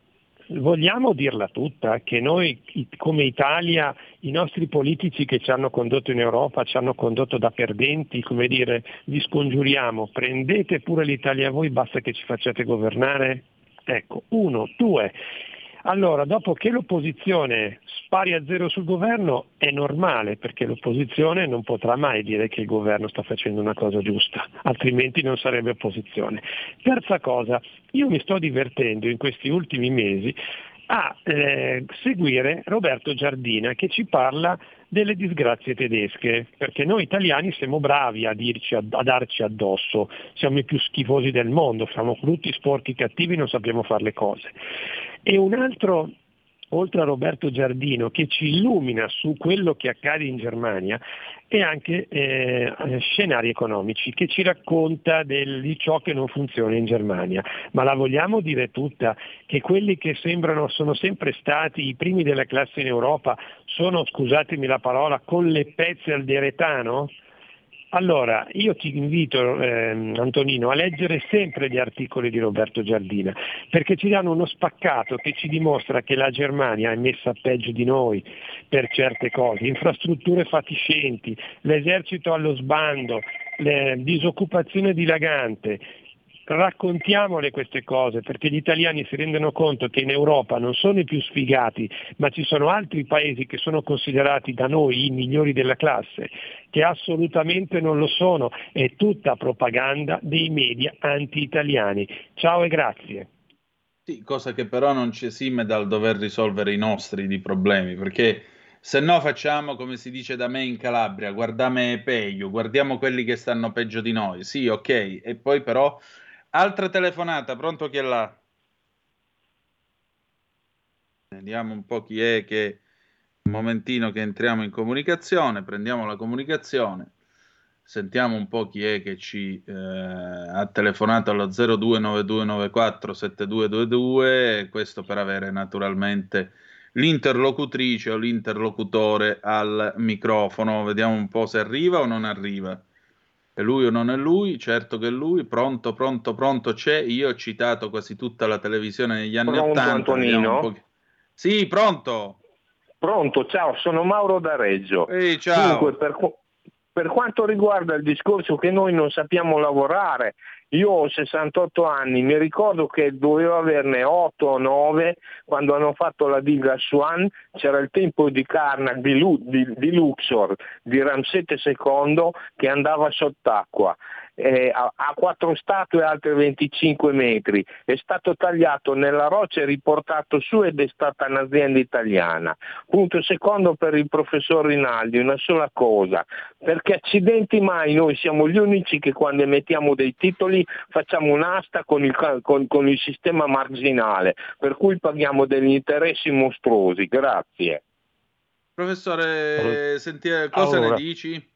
[SPEAKER 13] vogliamo dirla tutta, che noi come Italia, i nostri politici che ci hanno condotto in Europa, ci hanno condotto da perdenti, come dire, vi scongiuriamo, prendete pure l'Italia voi, basta che ci facciate governare? Ecco, uno, due. Allora, dopo che l'opposizione spari a zero sul governo è normale, perché l'opposizione non potrà mai dire che il governo sta facendo una cosa giusta, altrimenti non sarebbe opposizione. Terza cosa, io mi sto divertendo in questi ultimi mesi a eh, seguire Roberto Giardina che ci parla delle disgrazie tedesche, perché noi italiani siamo bravi a, dirci, a, a darci addosso, siamo i più schifosi del mondo, siamo brutti, sporchi, cattivi, non sappiamo fare le cose. E un altro, oltre a Roberto Giardino, che ci illumina su quello che accade in Germania, e anche eh, Scenari economici, che ci racconta del, di ciò che non funziona in Germania. Ma la vogliamo dire tutta, che quelli che sembrano, sono sempre stati i primi della classe in Europa, sono, scusatemi la parola, con le pezze al deretano? Allora, io ti invito, eh, Antonino, a leggere sempre gli articoli di Roberto Giardina, perché ci danno uno spaccato che ci dimostra che la Germania è messa peggio di noi per certe cose, infrastrutture fatiscenti, l'esercito allo sbando, le, disoccupazione dilagante. Raccontiamole queste cose, perché gli italiani si rendono conto che in Europa non sono i più sfigati, ma ci sono altri paesi che sono considerati da noi i migliori della classe, che assolutamente non lo sono. È tutta propaganda dei media anti-italiani. Ciao e grazie.
[SPEAKER 7] Sì, cosa che però non ci esime dal dover risolvere i nostri di problemi, perché se no facciamo come si dice da me in Calabria, guardame peggio, guardiamo quelli che stanno peggio di noi. Sì, ok, e poi però altra telefonata, pronto chi è là? Vediamo un po' chi è che... Un momentino che entriamo in comunicazione, prendiamo la comunicazione, sentiamo un po' chi è che ci eh, ha telefonato allo zero due nove due nove quattro sette due due due, questo per avere naturalmente l'interlocutrice o l'interlocutore al microfono. Vediamo un po' se arriva o non arriva. È lui o non è lui? Certo che è lui. Pronto, pronto, pronto, c'è. Io ho citato quasi tutta la televisione negli anni
[SPEAKER 14] Pronto,
[SPEAKER 7] ottanta.
[SPEAKER 14] Antonino?
[SPEAKER 7] Un po'... Sì, pronto.
[SPEAKER 14] Pronto, ciao, sono Mauro da Reggio.
[SPEAKER 7] Ehi, ciao.
[SPEAKER 14] Dunque, per, per quanto riguarda il discorso che noi non sappiamo lavorare, io ho sessantotto anni, mi ricordo che dovevo averne otto o nove quando hanno fatto la diga Swan, c'era il tempo di Karnak, di, Lu, di, di Luxor, di Ramsete secondo che andava sott'acqua. Eh, a, a quattro statue altre venticinque metri, è stato tagliato nella roccia e riportato su ed è stata un'azienda italiana. Punto secondo per il professor Rinaldi, una sola cosa, perché accidenti mai noi siamo gli unici che quando emettiamo dei titoli facciamo un'asta con il, con, con il sistema marginale, per cui paghiamo degli interessi mostruosi. Grazie.
[SPEAKER 7] Professore,
[SPEAKER 8] allora,
[SPEAKER 7] senti, cosa
[SPEAKER 8] allora.
[SPEAKER 7] ne dici?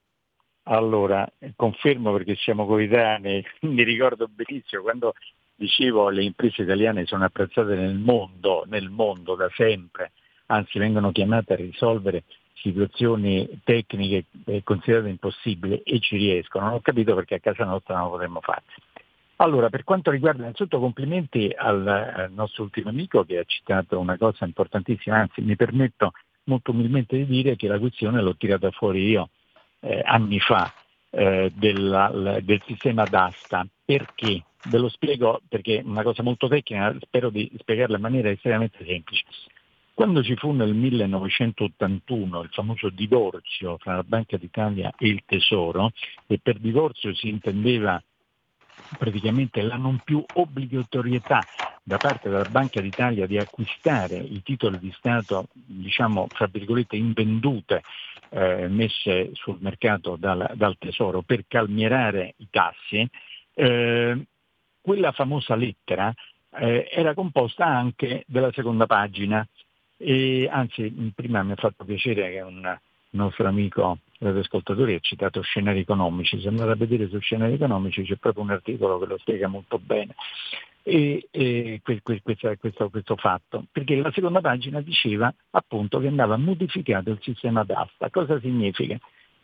[SPEAKER 8] Allora, confermo perché siamo coetanei, mi ricordo benissimo quando dicevo le imprese italiane sono apprezzate nel mondo, nel mondo da sempre, anzi vengono chiamate a risolvere situazioni tecniche considerate impossibili e ci riescono. Non ho capito perché a casa nostra non lo potremmo fare. Allora, per quanto riguarda innanzitutto complimenti al, al nostro ultimo amico che ha citato una cosa importantissima, anzi mi permetto molto umilmente di dire che la questione l'ho tirata fuori io Eh, anni fa eh, della, l, del sistema d'asta. Perché? Ve lo spiego perché è una cosa molto tecnica, spero di spiegarla in maniera estremamente semplice. Quando ci fu nel millenovecentottantuno il famoso divorzio tra la Banca d'Italia e il Tesoro, e per divorzio si intendeva praticamente la non più obbligatorietà da parte della Banca d'Italia di acquistare i titoli di Stato, diciamo, fra virgolette, invendute, eh, messe sul mercato dal, dal Tesoro per calmierare i tassi, eh, quella famosa lettera eh, era composta anche della seconda pagina, e anzi prima mi ha fatto piacere che un nostro amico radioascoltatore ha citato Scenari economici. Se andate a vedere su Scenari economici c'è proprio un articolo che lo spiega molto bene e, e que, que, questo, questo, questo fatto, perché la seconda pagina diceva appunto che andava modificato il sistema d'asta. Cosa significa?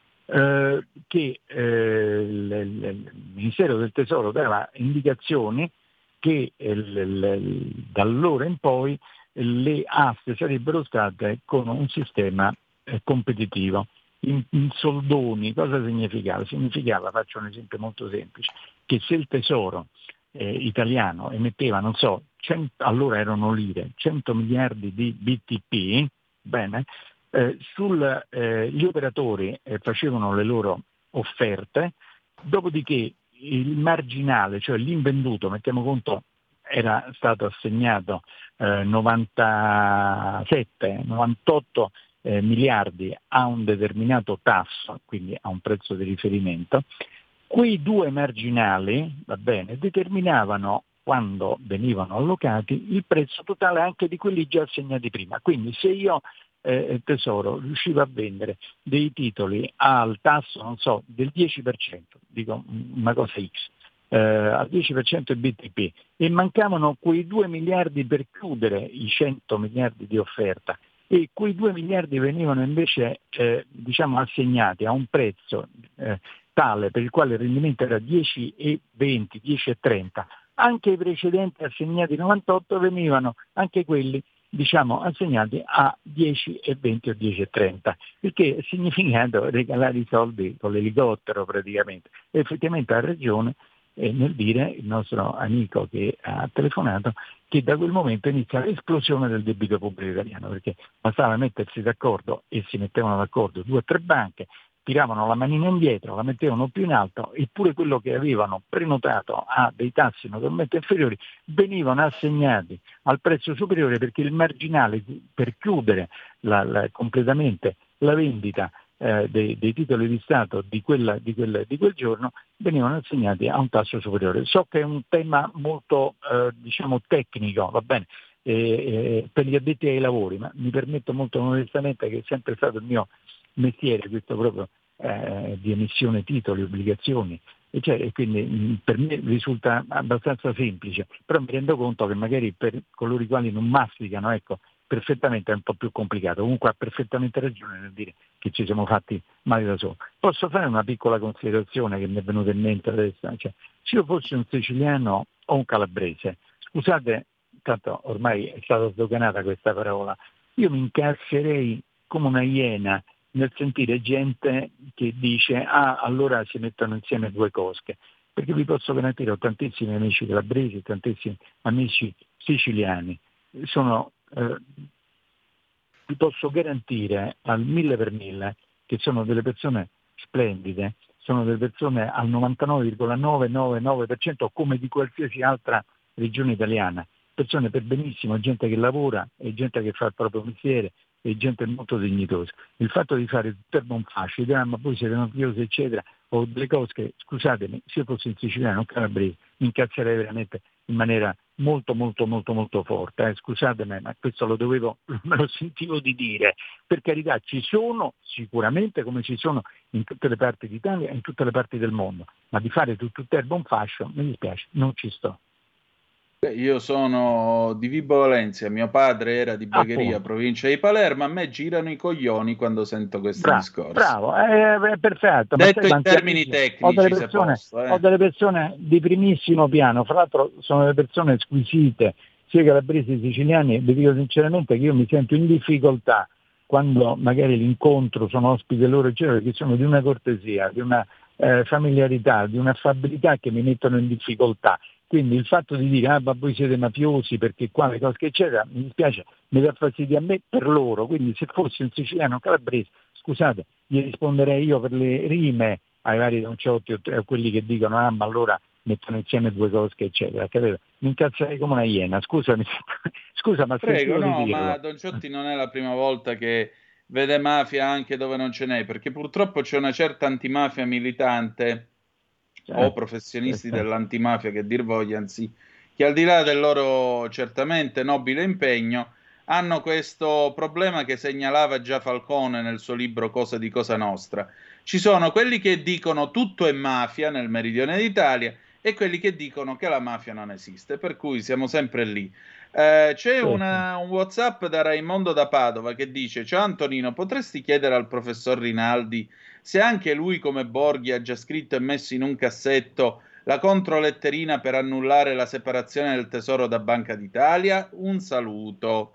[SPEAKER 8] Eh, che eh, il, il Ministero del Tesoro dava indicazioni che eh, l- l- da allora in poi le aste sarebbero state con un sistema eh, competitivo. In, in soldoni cosa significava? Significava, faccio un esempio molto semplice, che se il tesoro eh, italiano emetteva, non so, cento, allora erano lire, cento miliardi di B T P, bene, eh, sul, eh, gli operatori eh, facevano le loro offerte, dopodiché il marginale, cioè l'invenduto, mettiamo conto, era stato assegnato eh, novantasette novantotto eh, miliardi a un determinato tasso, quindi a un prezzo di riferimento, quei due marginali, va bene, determinavano, quando venivano allocati, il prezzo totale anche di quelli già assegnati prima. Quindi se io eh, Tesoro riuscivo a vendere dei titoli al tasso, non so, del dieci per cento, dico una cosa X, eh, al dieci per cento B T P, e mancavano quei due miliardi per chiudere i cento miliardi di offerta, e quei due miliardi venivano invece eh, diciamo assegnati a un prezzo eh, tale per il quale il rendimento era dieci e venti, dieci e trenta, anche i precedenti assegnati novantotto venivano anche quelli diciamo assegnati a dieci e venti o dieci e trenta, il che ha significato regalare i soldi con l'elicottero praticamente. E effettivamente ha ragione eh, nel dire il nostro amico che ha telefonato che da quel momento inizia l'esplosione del debito pubblico italiano, perché bastava mettersi d'accordo, e si mettevano d'accordo due o tre banche, tiravano la manina indietro, la mettevano più in alto, eppure quello che avevano prenotato a dei tassi notevolmente inferiori venivano assegnati al prezzo superiore, perché il marginale per chiudere la, la, completamente la vendita eh, dei, dei titoli di Stato di, quella, di, quel, di quel giorno venivano assegnati a un tasso superiore. So che è un tema molto eh, diciamo tecnico, va bene, eh, eh, per gli addetti ai lavori, ma mi permetto molto onestamente, che è sempre stato il mio mestiere, questo proprio eh, di emissione titoli, obbligazioni, e, cioè, e quindi mh, per me risulta abbastanza semplice, però mi rendo conto che magari per coloro i quali non masticano, ecco, perfettamente è un po' più complicato. Comunque ha perfettamente ragione nel dire che ci siamo fatti male da solo. Posso fare una piccola considerazione che mi è venuta in mente adesso? Cioè, se io fossi un siciliano o un calabrese, scusate, tanto ormai è stata sdoganata questa parola, io mi incazierei come una iena nel sentire gente che dice ah allora si mettono insieme due cosche, perché vi posso garantire, ho tantissimi amici calabresi, tantissimi amici siciliani, sono eh, vi posso garantire al mille per mille che sono delle persone splendide, sono delle persone al novantanove virgola novecentonovantanove per cento come di qualsiasi altra regione italiana, persone per benissimo, gente che lavora e gente che fa il proprio mestiere e gente molto dignitosa. Il fatto di fare per non facile, ah, ma poi siete mafiosi eccetera, o delle cose che, scusatemi, se io fossi un siciliano o calabrese mi incazzerei veramente in maniera molto molto molto molto forte, eh. Scusatemi, ma questo lo dovevo, me lo sentivo di dire. Per carità, ci sono sicuramente, come ci sono in tutte le parti d'Italia e in tutte le parti del mondo, ma di fare tutto erba un fascio, mi dispiace, non ci sto.
[SPEAKER 7] Io sono di Vibo Valentia, mio padre era di Bagheria,
[SPEAKER 8] Appunto.
[SPEAKER 7] provincia di Palermo, a me girano i coglioni quando sento questi
[SPEAKER 8] Bravo,
[SPEAKER 7] discorsi.
[SPEAKER 8] bravo, è, è perfetto. Ma
[SPEAKER 7] Detto
[SPEAKER 8] sai
[SPEAKER 7] in
[SPEAKER 8] quanti
[SPEAKER 7] termini
[SPEAKER 8] amici-
[SPEAKER 7] tecnici,
[SPEAKER 8] ho delle
[SPEAKER 7] se
[SPEAKER 8] persone,
[SPEAKER 7] posso, eh.
[SPEAKER 8] ho delle persone di primissimo piano, fra l'altro sono delle persone squisite, sia calabresi che siciliani, e vi dico sinceramente che io mi sento in difficoltà quando magari l'incontro, sono ospite loro eccetera, perché sono di una cortesia, di una eh, familiarità, di un'affabilità che mi mettono in difficoltà. Quindi il fatto di dire ah ma voi siete mafiosi perché qua le cose che eccetera, mi dispiace, mi dà fastidio a me per loro. Quindi se fossi un siciliano o calabrese, scusate, gli risponderei io per le rime ai vari Don Ciotti o a quelli che dicono ah ma allora mettono insieme due cose eccetera, capito? Mi incazzerei come una iena, scusami, scusa ma
[SPEAKER 7] Prego,
[SPEAKER 8] sentivo
[SPEAKER 7] no,
[SPEAKER 8] di dirlo.
[SPEAKER 7] ma Don Ciotti non è la prima volta che vede mafia anche dove non ce n'è, perché purtroppo c'è una certa antimafia militante o professionisti
[SPEAKER 8] certo.
[SPEAKER 7] dell'antimafia, che dir voglia, anzi, che al di là del loro certamente nobile impegno hanno questo problema che segnalava già Falcone nel suo libro Cosa di Cosa Nostra. Ci sono quelli che dicono tutto è mafia nel meridione d'Italia e quelli che dicono che la mafia non esiste, per cui siamo sempre lì. Eh, c'è una, un WhatsApp da Raimondo da Padova che dice: ciao Antonino, potresti chiedere al professor Rinaldi se anche lui come Borghi ha già scritto e messo in un cassetto La controletterina per annullare la separazione del Tesoro da Banca d'Italia? Un saluto.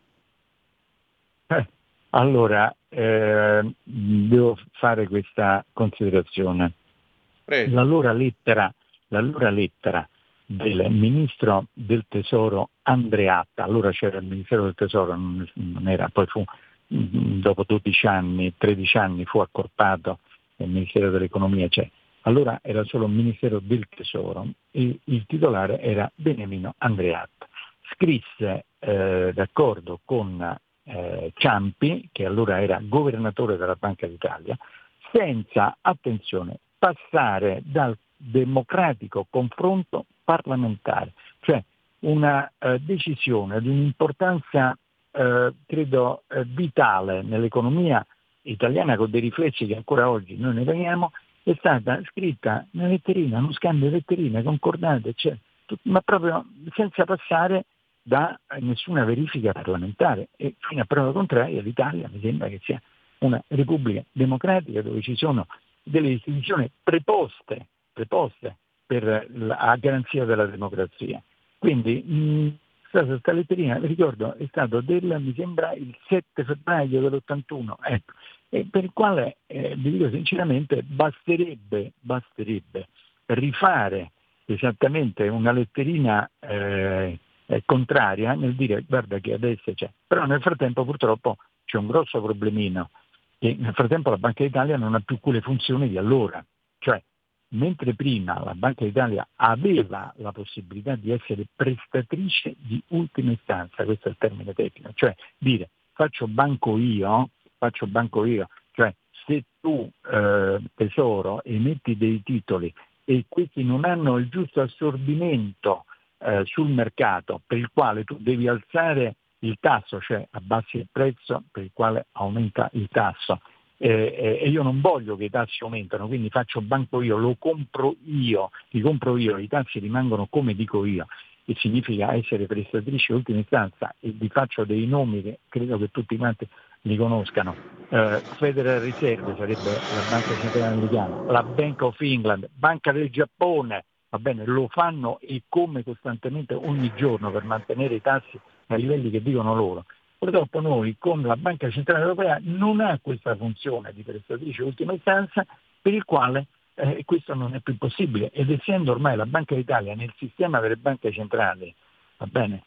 [SPEAKER 8] Eh, allora, eh, devo fare questa considerazione.
[SPEAKER 7] Prego.
[SPEAKER 8] L'allora lettera, l'allora lettera del ministro del Tesoro Andreatta, allora c'era il Ministero del Tesoro, non, non era, poi fu dopo dodici anni, tredici anni fu accorpato il Ministero dell'Economia, cioè allora era solo il Ministero del Tesoro e il titolare era Beniamino Andreatta. Scrisse eh, d'accordo con eh, Ciampi, che allora era governatore della Banca d'Italia, senza, attenzione, passare dal democratico confronto parlamentare, cioè una eh, decisione di un'importanza eh, credo eh, vitale nell'economia italiana, con dei riflessi che ancora oggi noi ne vediamo, è stata scritta una letterina, uno scambio di letterine concordate, cioè, ma proprio senza passare da nessuna verifica parlamentare, e fino a prova contraria l'Italia mi sembra che sia una repubblica democratica dove ci sono delle istituzioni preposte, preposte per la, a garanzia della democrazia. Quindi mh, questa letterina, vi ricordo, è stato del, mi sembra, il sette febbraio dell'ottantuno, ecco, e per il quale, eh, vi dico sinceramente, basterebbe, basterebbe rifare esattamente una letterina eh, contraria nel dire guarda che adesso c'è. Però nel frattempo purtroppo c'è un grosso problemino, che nel frattempo la Banca d'Italia non ha più quelle funzioni di allora, cioè mentre prima la Banca d'Italia aveva la possibilità di essere prestatrice di ultima istanza, questo è il termine tecnico, cioè dire faccio banco io, faccio banco io, cioè se tu eh, tesoro emetti dei titoli e questi non hanno il giusto assorbimento eh, sul mercato, per il quale tu devi alzare il tasso, cioè abbassi il prezzo per il quale aumenta il tasso, eh, e io non voglio che i tassi aumentano, quindi faccio banco io, lo compro io, li compro io, i tassi rimangono come dico io, che significa essere prestatrice ultima istanza, e vi faccio dei nomi che credo che tutti quanti li conoscano. eh, Federal Reserve sarebbe la banca centrale americana, la Bank of England, Banca del Giappone, va bene, lo fanno e come costantemente ogni giorno per mantenere i tassi ai livelli che dicono loro. Purtroppo noi con la Banca Centrale Europea non ha questa funzione di prestatrice ultima istanza, per il quale eh, questo non è più possibile, ed essendo ormai la Banca d'Italia nel sistema delle banche centrali, va bene,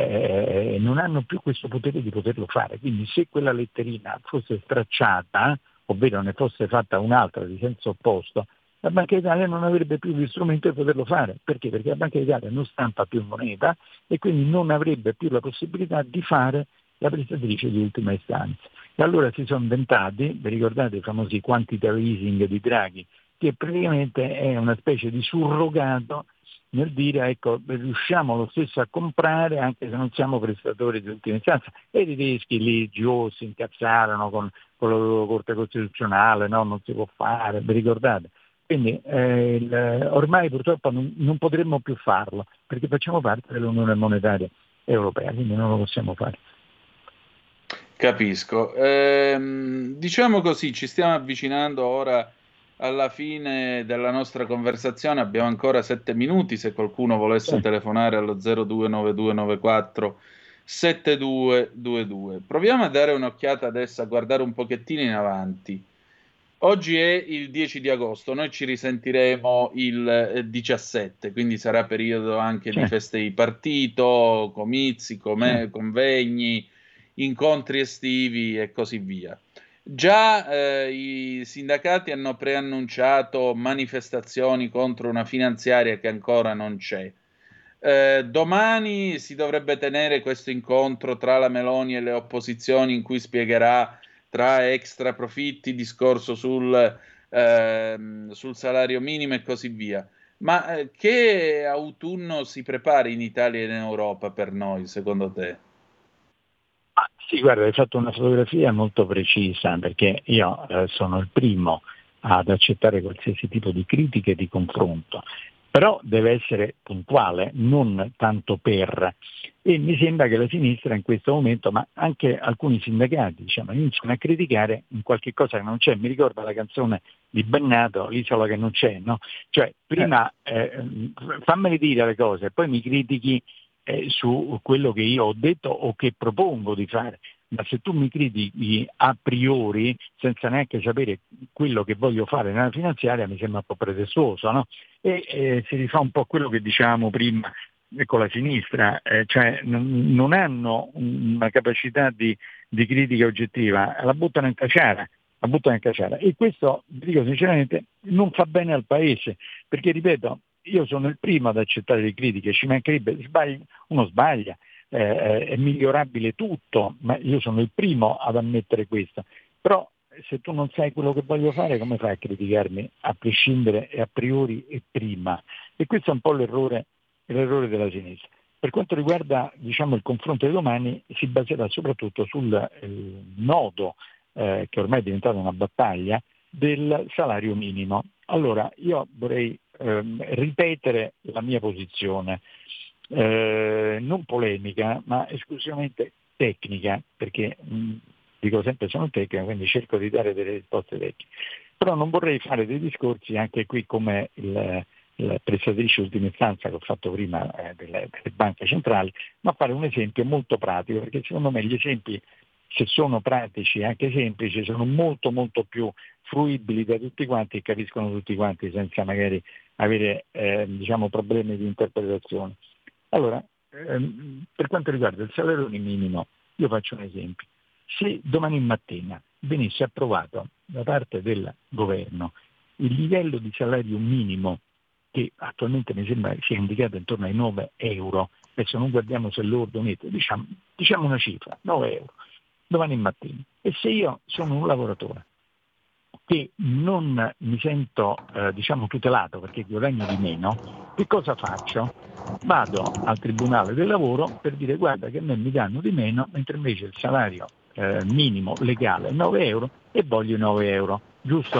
[SPEAKER 8] eh, non hanno più questo potere di poterlo fare. Quindi se quella letterina fosse stracciata, ovvero ne fosse fatta un'altra di senso opposto, la Banca d'Italia non avrebbe più gli strumenti per poterlo fare. Perché? Perché la Banca d'Italia non stampa più moneta e quindi non avrebbe più la possibilità di fare la prestatrice di ultima istanza. E allora si sono inventati, vi ricordate i famosi quantitative easing di Draghi, che praticamente è una specie di surrogato nel dire ecco riusciamo lo stesso a comprare anche se non siamo prestatori di ultima istanza. E i tedeschi lì giù si incazzarono con, con la loro Corte Costituzionale, no, non si può fare, vi ricordate? Quindi eh, il, ormai purtroppo non, non potremmo più farlo, perché facciamo parte dell'Unione Monetaria Europea, quindi non lo possiamo fare.
[SPEAKER 7] Capisco. Ehm, diciamo così, ci stiamo avvicinando ora alla fine della nostra conversazione, abbiamo ancora sette minuti, se qualcuno volesse sì. telefonare allo zero due nove due nove quattro sette due due due. Proviamo a dare un'occhiata adesso, a guardare un pochettino in avanti. Oggi è il dieci di agosto, noi ci risentiremo il diciassette, quindi sarà periodo anche sì. di feste di partito, comizi, come, sì. convegni, incontri estivi e così via. Già eh, i sindacati hanno preannunciato manifestazioni contro una finanziaria che ancora non c'è. Eh, domani si dovrebbe tenere questo incontro tra la Meloni e le opposizioni, in cui spiegherà tra extra profitti, discorso sul, eh, sul salario minimo e così via. Ma eh, che autunno si prepara in Italia e in Europa per noi, secondo te?
[SPEAKER 8] Ah, sì, guarda, hai fatto una fotografia molto precisa, perché io eh, sono il primo ad accettare qualsiasi tipo di critica e di confronto. però deve essere puntuale, non tanto per. E mi sembra che la sinistra in questo momento, ma anche alcuni sindacati, diciamo, iniziano a criticare in qualche cosa che non c'è. Mi ricorda la canzone di Bennato, L'isola che non c'è, no? Cioè, prima eh, fammeli dire le cose, poi mi critichi eh, su quello che io ho detto o che propongo di fare. Ma se tu mi critichi a priori, senza neanche sapere quello che voglio fare nella finanziaria, mi sembra un po' pretestuoso, no? E eh, si rifà un po' quello che dicevamo prima con la sinistra, eh, cioè non, non hanno una capacità di, di critica oggettiva, la buttano in caciara, la buttano in caciara. E questo, dico sinceramente, non fa bene al Paese, perché ripeto, io sono il primo ad accettare le critiche, ci mancherebbe, sbagli, uno sbaglia. Eh, è migliorabile tutto, ma io sono il primo ad ammettere questo. Però se tu non sai quello che voglio fare, come fai a criticarmi a prescindere e a priori e prima? E questo è un po' l'errore, l'errore della sinistra. Per quanto riguarda, diciamo, il confronto di domani, si baserà soprattutto sul eh, nodo, eh, che ormai è diventato una battaglia, del salario minimo. Allora, io vorrei ehm, ripetere la mia posizione. Eh, non polemica, ma esclusivamente tecnica, perché mh, dico sempre sono tecnica, quindi cerco di dare delle risposte tecniche. Però non vorrei fare dei discorsi anche qui come il, la prestatrice ultima istanza che ho fatto prima eh, delle, delle banche centrali, ma fare un esempio molto pratico, perché secondo me gli esempi, se sono pratici e anche semplici, sono molto molto più fruibili da tutti quanti e capiscono tutti quanti senza magari avere eh, diciamo problemi di interpretazione. Allora, ehm, per quanto riguarda il salario minimo, io faccio un esempio. Se domani mattina venisse approvato da parte del governo il livello di salario minimo, che attualmente mi sembra sia indicato intorno ai nove euro, adesso non guardiamo se lordo o netto, diciamo, diciamo una cifra, nove euro, domani mattina. E se io sono un lavoratore che non mi sento eh, diciamo tutelato perché guadagno di meno, che cosa faccio? Vado al Tribunale del Lavoro per dire guarda che a me mi danno di meno, mentre invece il salario eh, minimo legale è nove euro e voglio i nove euro, giusto?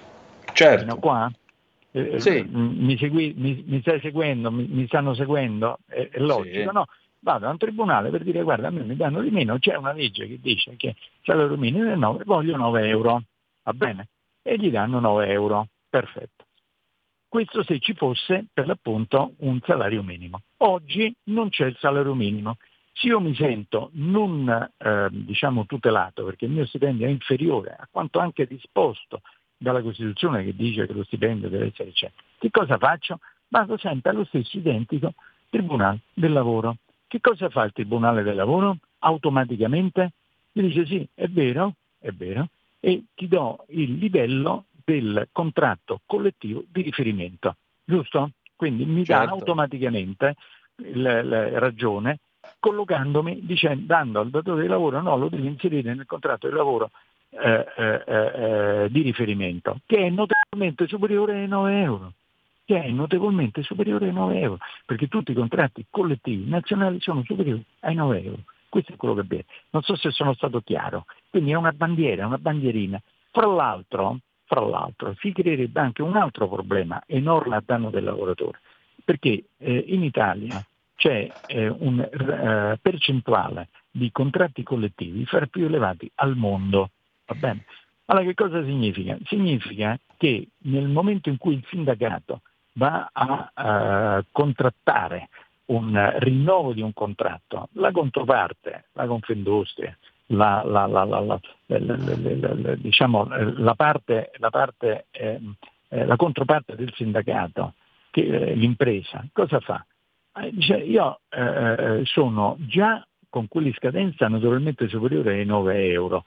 [SPEAKER 7] Certo.
[SPEAKER 8] Fino qua? Eh,
[SPEAKER 7] sì.
[SPEAKER 8] mi, segui, mi, mi stai seguendo? Mi, mi stanno seguendo? È, è logico, sì. No? Vado a un tribunale per dire guarda a me mi danno di meno, c'è una legge che dice che il salario minimo è nove, voglio nove euro. Va bene? E gli danno nove euro. Perfetto. Questo se ci fosse per l'appunto un salario minimo. Oggi non c'è il salario minimo. Se io mi sento non eh, diciamo tutelato perché il mio stipendio è inferiore a quanto anche disposto dalla Costituzione che dice che lo stipendio deve essere eccetera, che cosa faccio? Vado sempre allo stesso identico Tribunale del Lavoro. Che cosa fa il Tribunale del Lavoro? Automaticamente mi dice sì, è vero, è vero, e ti do il livello del contratto collettivo di riferimento, giusto? Quindi mi certo. dà automaticamente la, la ragione, collocandomi, dicendo, dando al datore di lavoro no, lo devi inserire nel contratto di lavoro eh, eh, eh, di riferimento, che è notevolmente superiore ai nove euro, che è notevolmente superiore ai nove euro, perché tutti i contratti collettivi nazionali sono superiori ai nove euro. Questo è quello che vedo. Non so se sono stato chiaro. Quindi è una bandiera, una bandierina. Fra l'altro, fra l'altro si creerebbe anche un altro problema enorme a danno del lavoratore, perché eh, in Italia c'è eh, una uh, percentuale di contratti collettivi fra i più elevati al mondo. Va bene? Allora che cosa significa? Significa che nel momento in cui il sindacato va a uh, contrattare un rinnovo di un contratto, la controparte, la Confindustria, la, la, la, la, la, la, la, la, diciamo, la parte, la, parte eh, eh, la controparte del sindacato, che, eh, l'impresa, cosa fa? Eh, dice, io eh, sono già con quelli scadenza naturalmente superiore ai nove euro.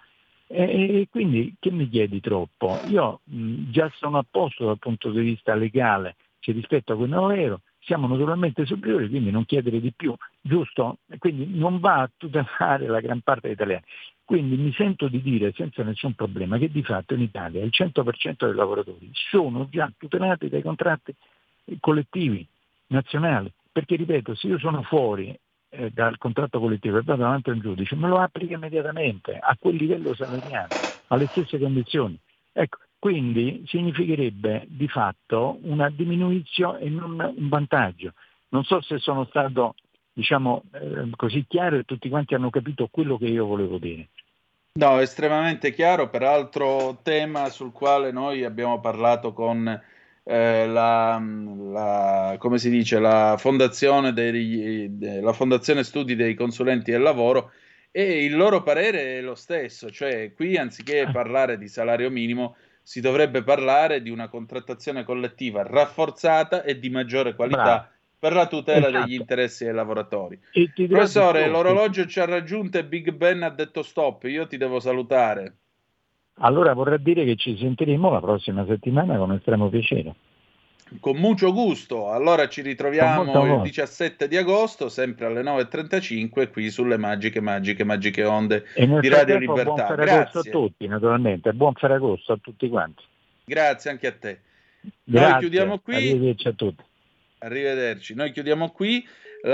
[SPEAKER 8] E quindi che mi chiedi troppo? Io mh, già sono a posto dal punto di vista legale, se rispetto a quei nove euro, siamo naturalmente superiori, quindi non chiedere di più, giusto? E quindi non va a tutelare la gran parte degli italiani. Quindi mi sento di dire senza nessun problema che di fatto in Italia il cento per cento dei lavoratori sono già tutelati dai contratti collettivi nazionali, perché ripeto, se io sono fuori eh, dal contratto collettivo e vado davanti a un giudice, me lo applica immediatamente a quel livello salariale, alle stesse condizioni. Ecco, Quindi significherebbe di fatto una diminuzione e non un vantaggio. Non so se sono stato, diciamo, eh, così chiaro e tutti quanti hanno capito quello che io volevo dire.
[SPEAKER 7] No, estremamente chiaro, peraltro tema sul quale noi abbiamo parlato con eh, la, la, come si dice, la fondazione, dei, la fondazione studi dei consulenti del lavoro, e il loro parere è lo stesso, cioè qui anziché parlare di salario minimo si dovrebbe parlare di una contrattazione collettiva rafforzata e di maggiore qualità. Bravo. Per la tutela esatto. degli interessi dei lavoratori. Professore, l'orologio ci ha raggiunto e Big Ben ha detto stop, io ti devo salutare.
[SPEAKER 8] Allora vorrà dire che ci sentiremo la prossima settimana con estremo piacere.
[SPEAKER 7] Con mucho gusto, allora ci ritroviamo il diciassette di agosto, sempre alle nove e trentacinque, qui sulle magiche, magiche, magiche onde di Radio Libertà.
[SPEAKER 8] Buon Ferragosto a tutti, naturalmente, buon Ferragosto a tutti quanti.
[SPEAKER 7] Grazie anche a te.
[SPEAKER 8] Grazie.
[SPEAKER 7] Noi chiudiamo qui.
[SPEAKER 8] Arrivederci a tutti.
[SPEAKER 7] Arrivederci. Noi chiudiamo qui.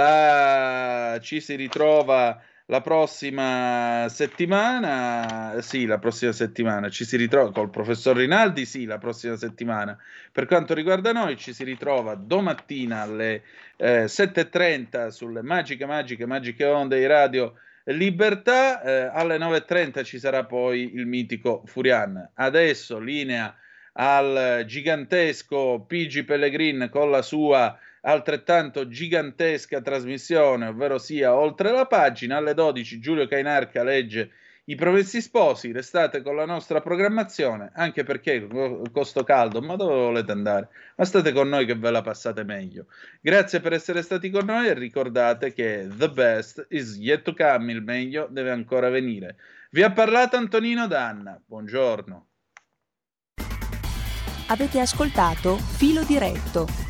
[SPEAKER 7] La... Ci si ritrova la prossima settimana. Sì, la prossima settimana ci si ritrova col professor Rinaldi. Sì, la prossima settimana. Per quanto riguarda noi, ci si ritrova domattina alle eh, sette e trenta sulle magiche, magiche, magiche onde di Radio Libertà. Eh, alle nove e trenta ci sarà poi il mitico Furian. Adesso linea al gigantesco P G Pellegrin con la sua altrettanto gigantesca trasmissione, ovvero sia Oltre la pagina. Alle dodici Giulio Cainarca legge I Promessi Sposi. Restate con la nostra programmazione, anche perché con sto caldo, ma dove volete andare? Ma state con noi che ve la passate meglio. Grazie per essere stati con noi e ricordate che the best is yet to come, il meglio deve ancora venire. Vi ha parlato Antonino Danna, buongiorno.
[SPEAKER 1] Avete ascoltato Filo Diretto,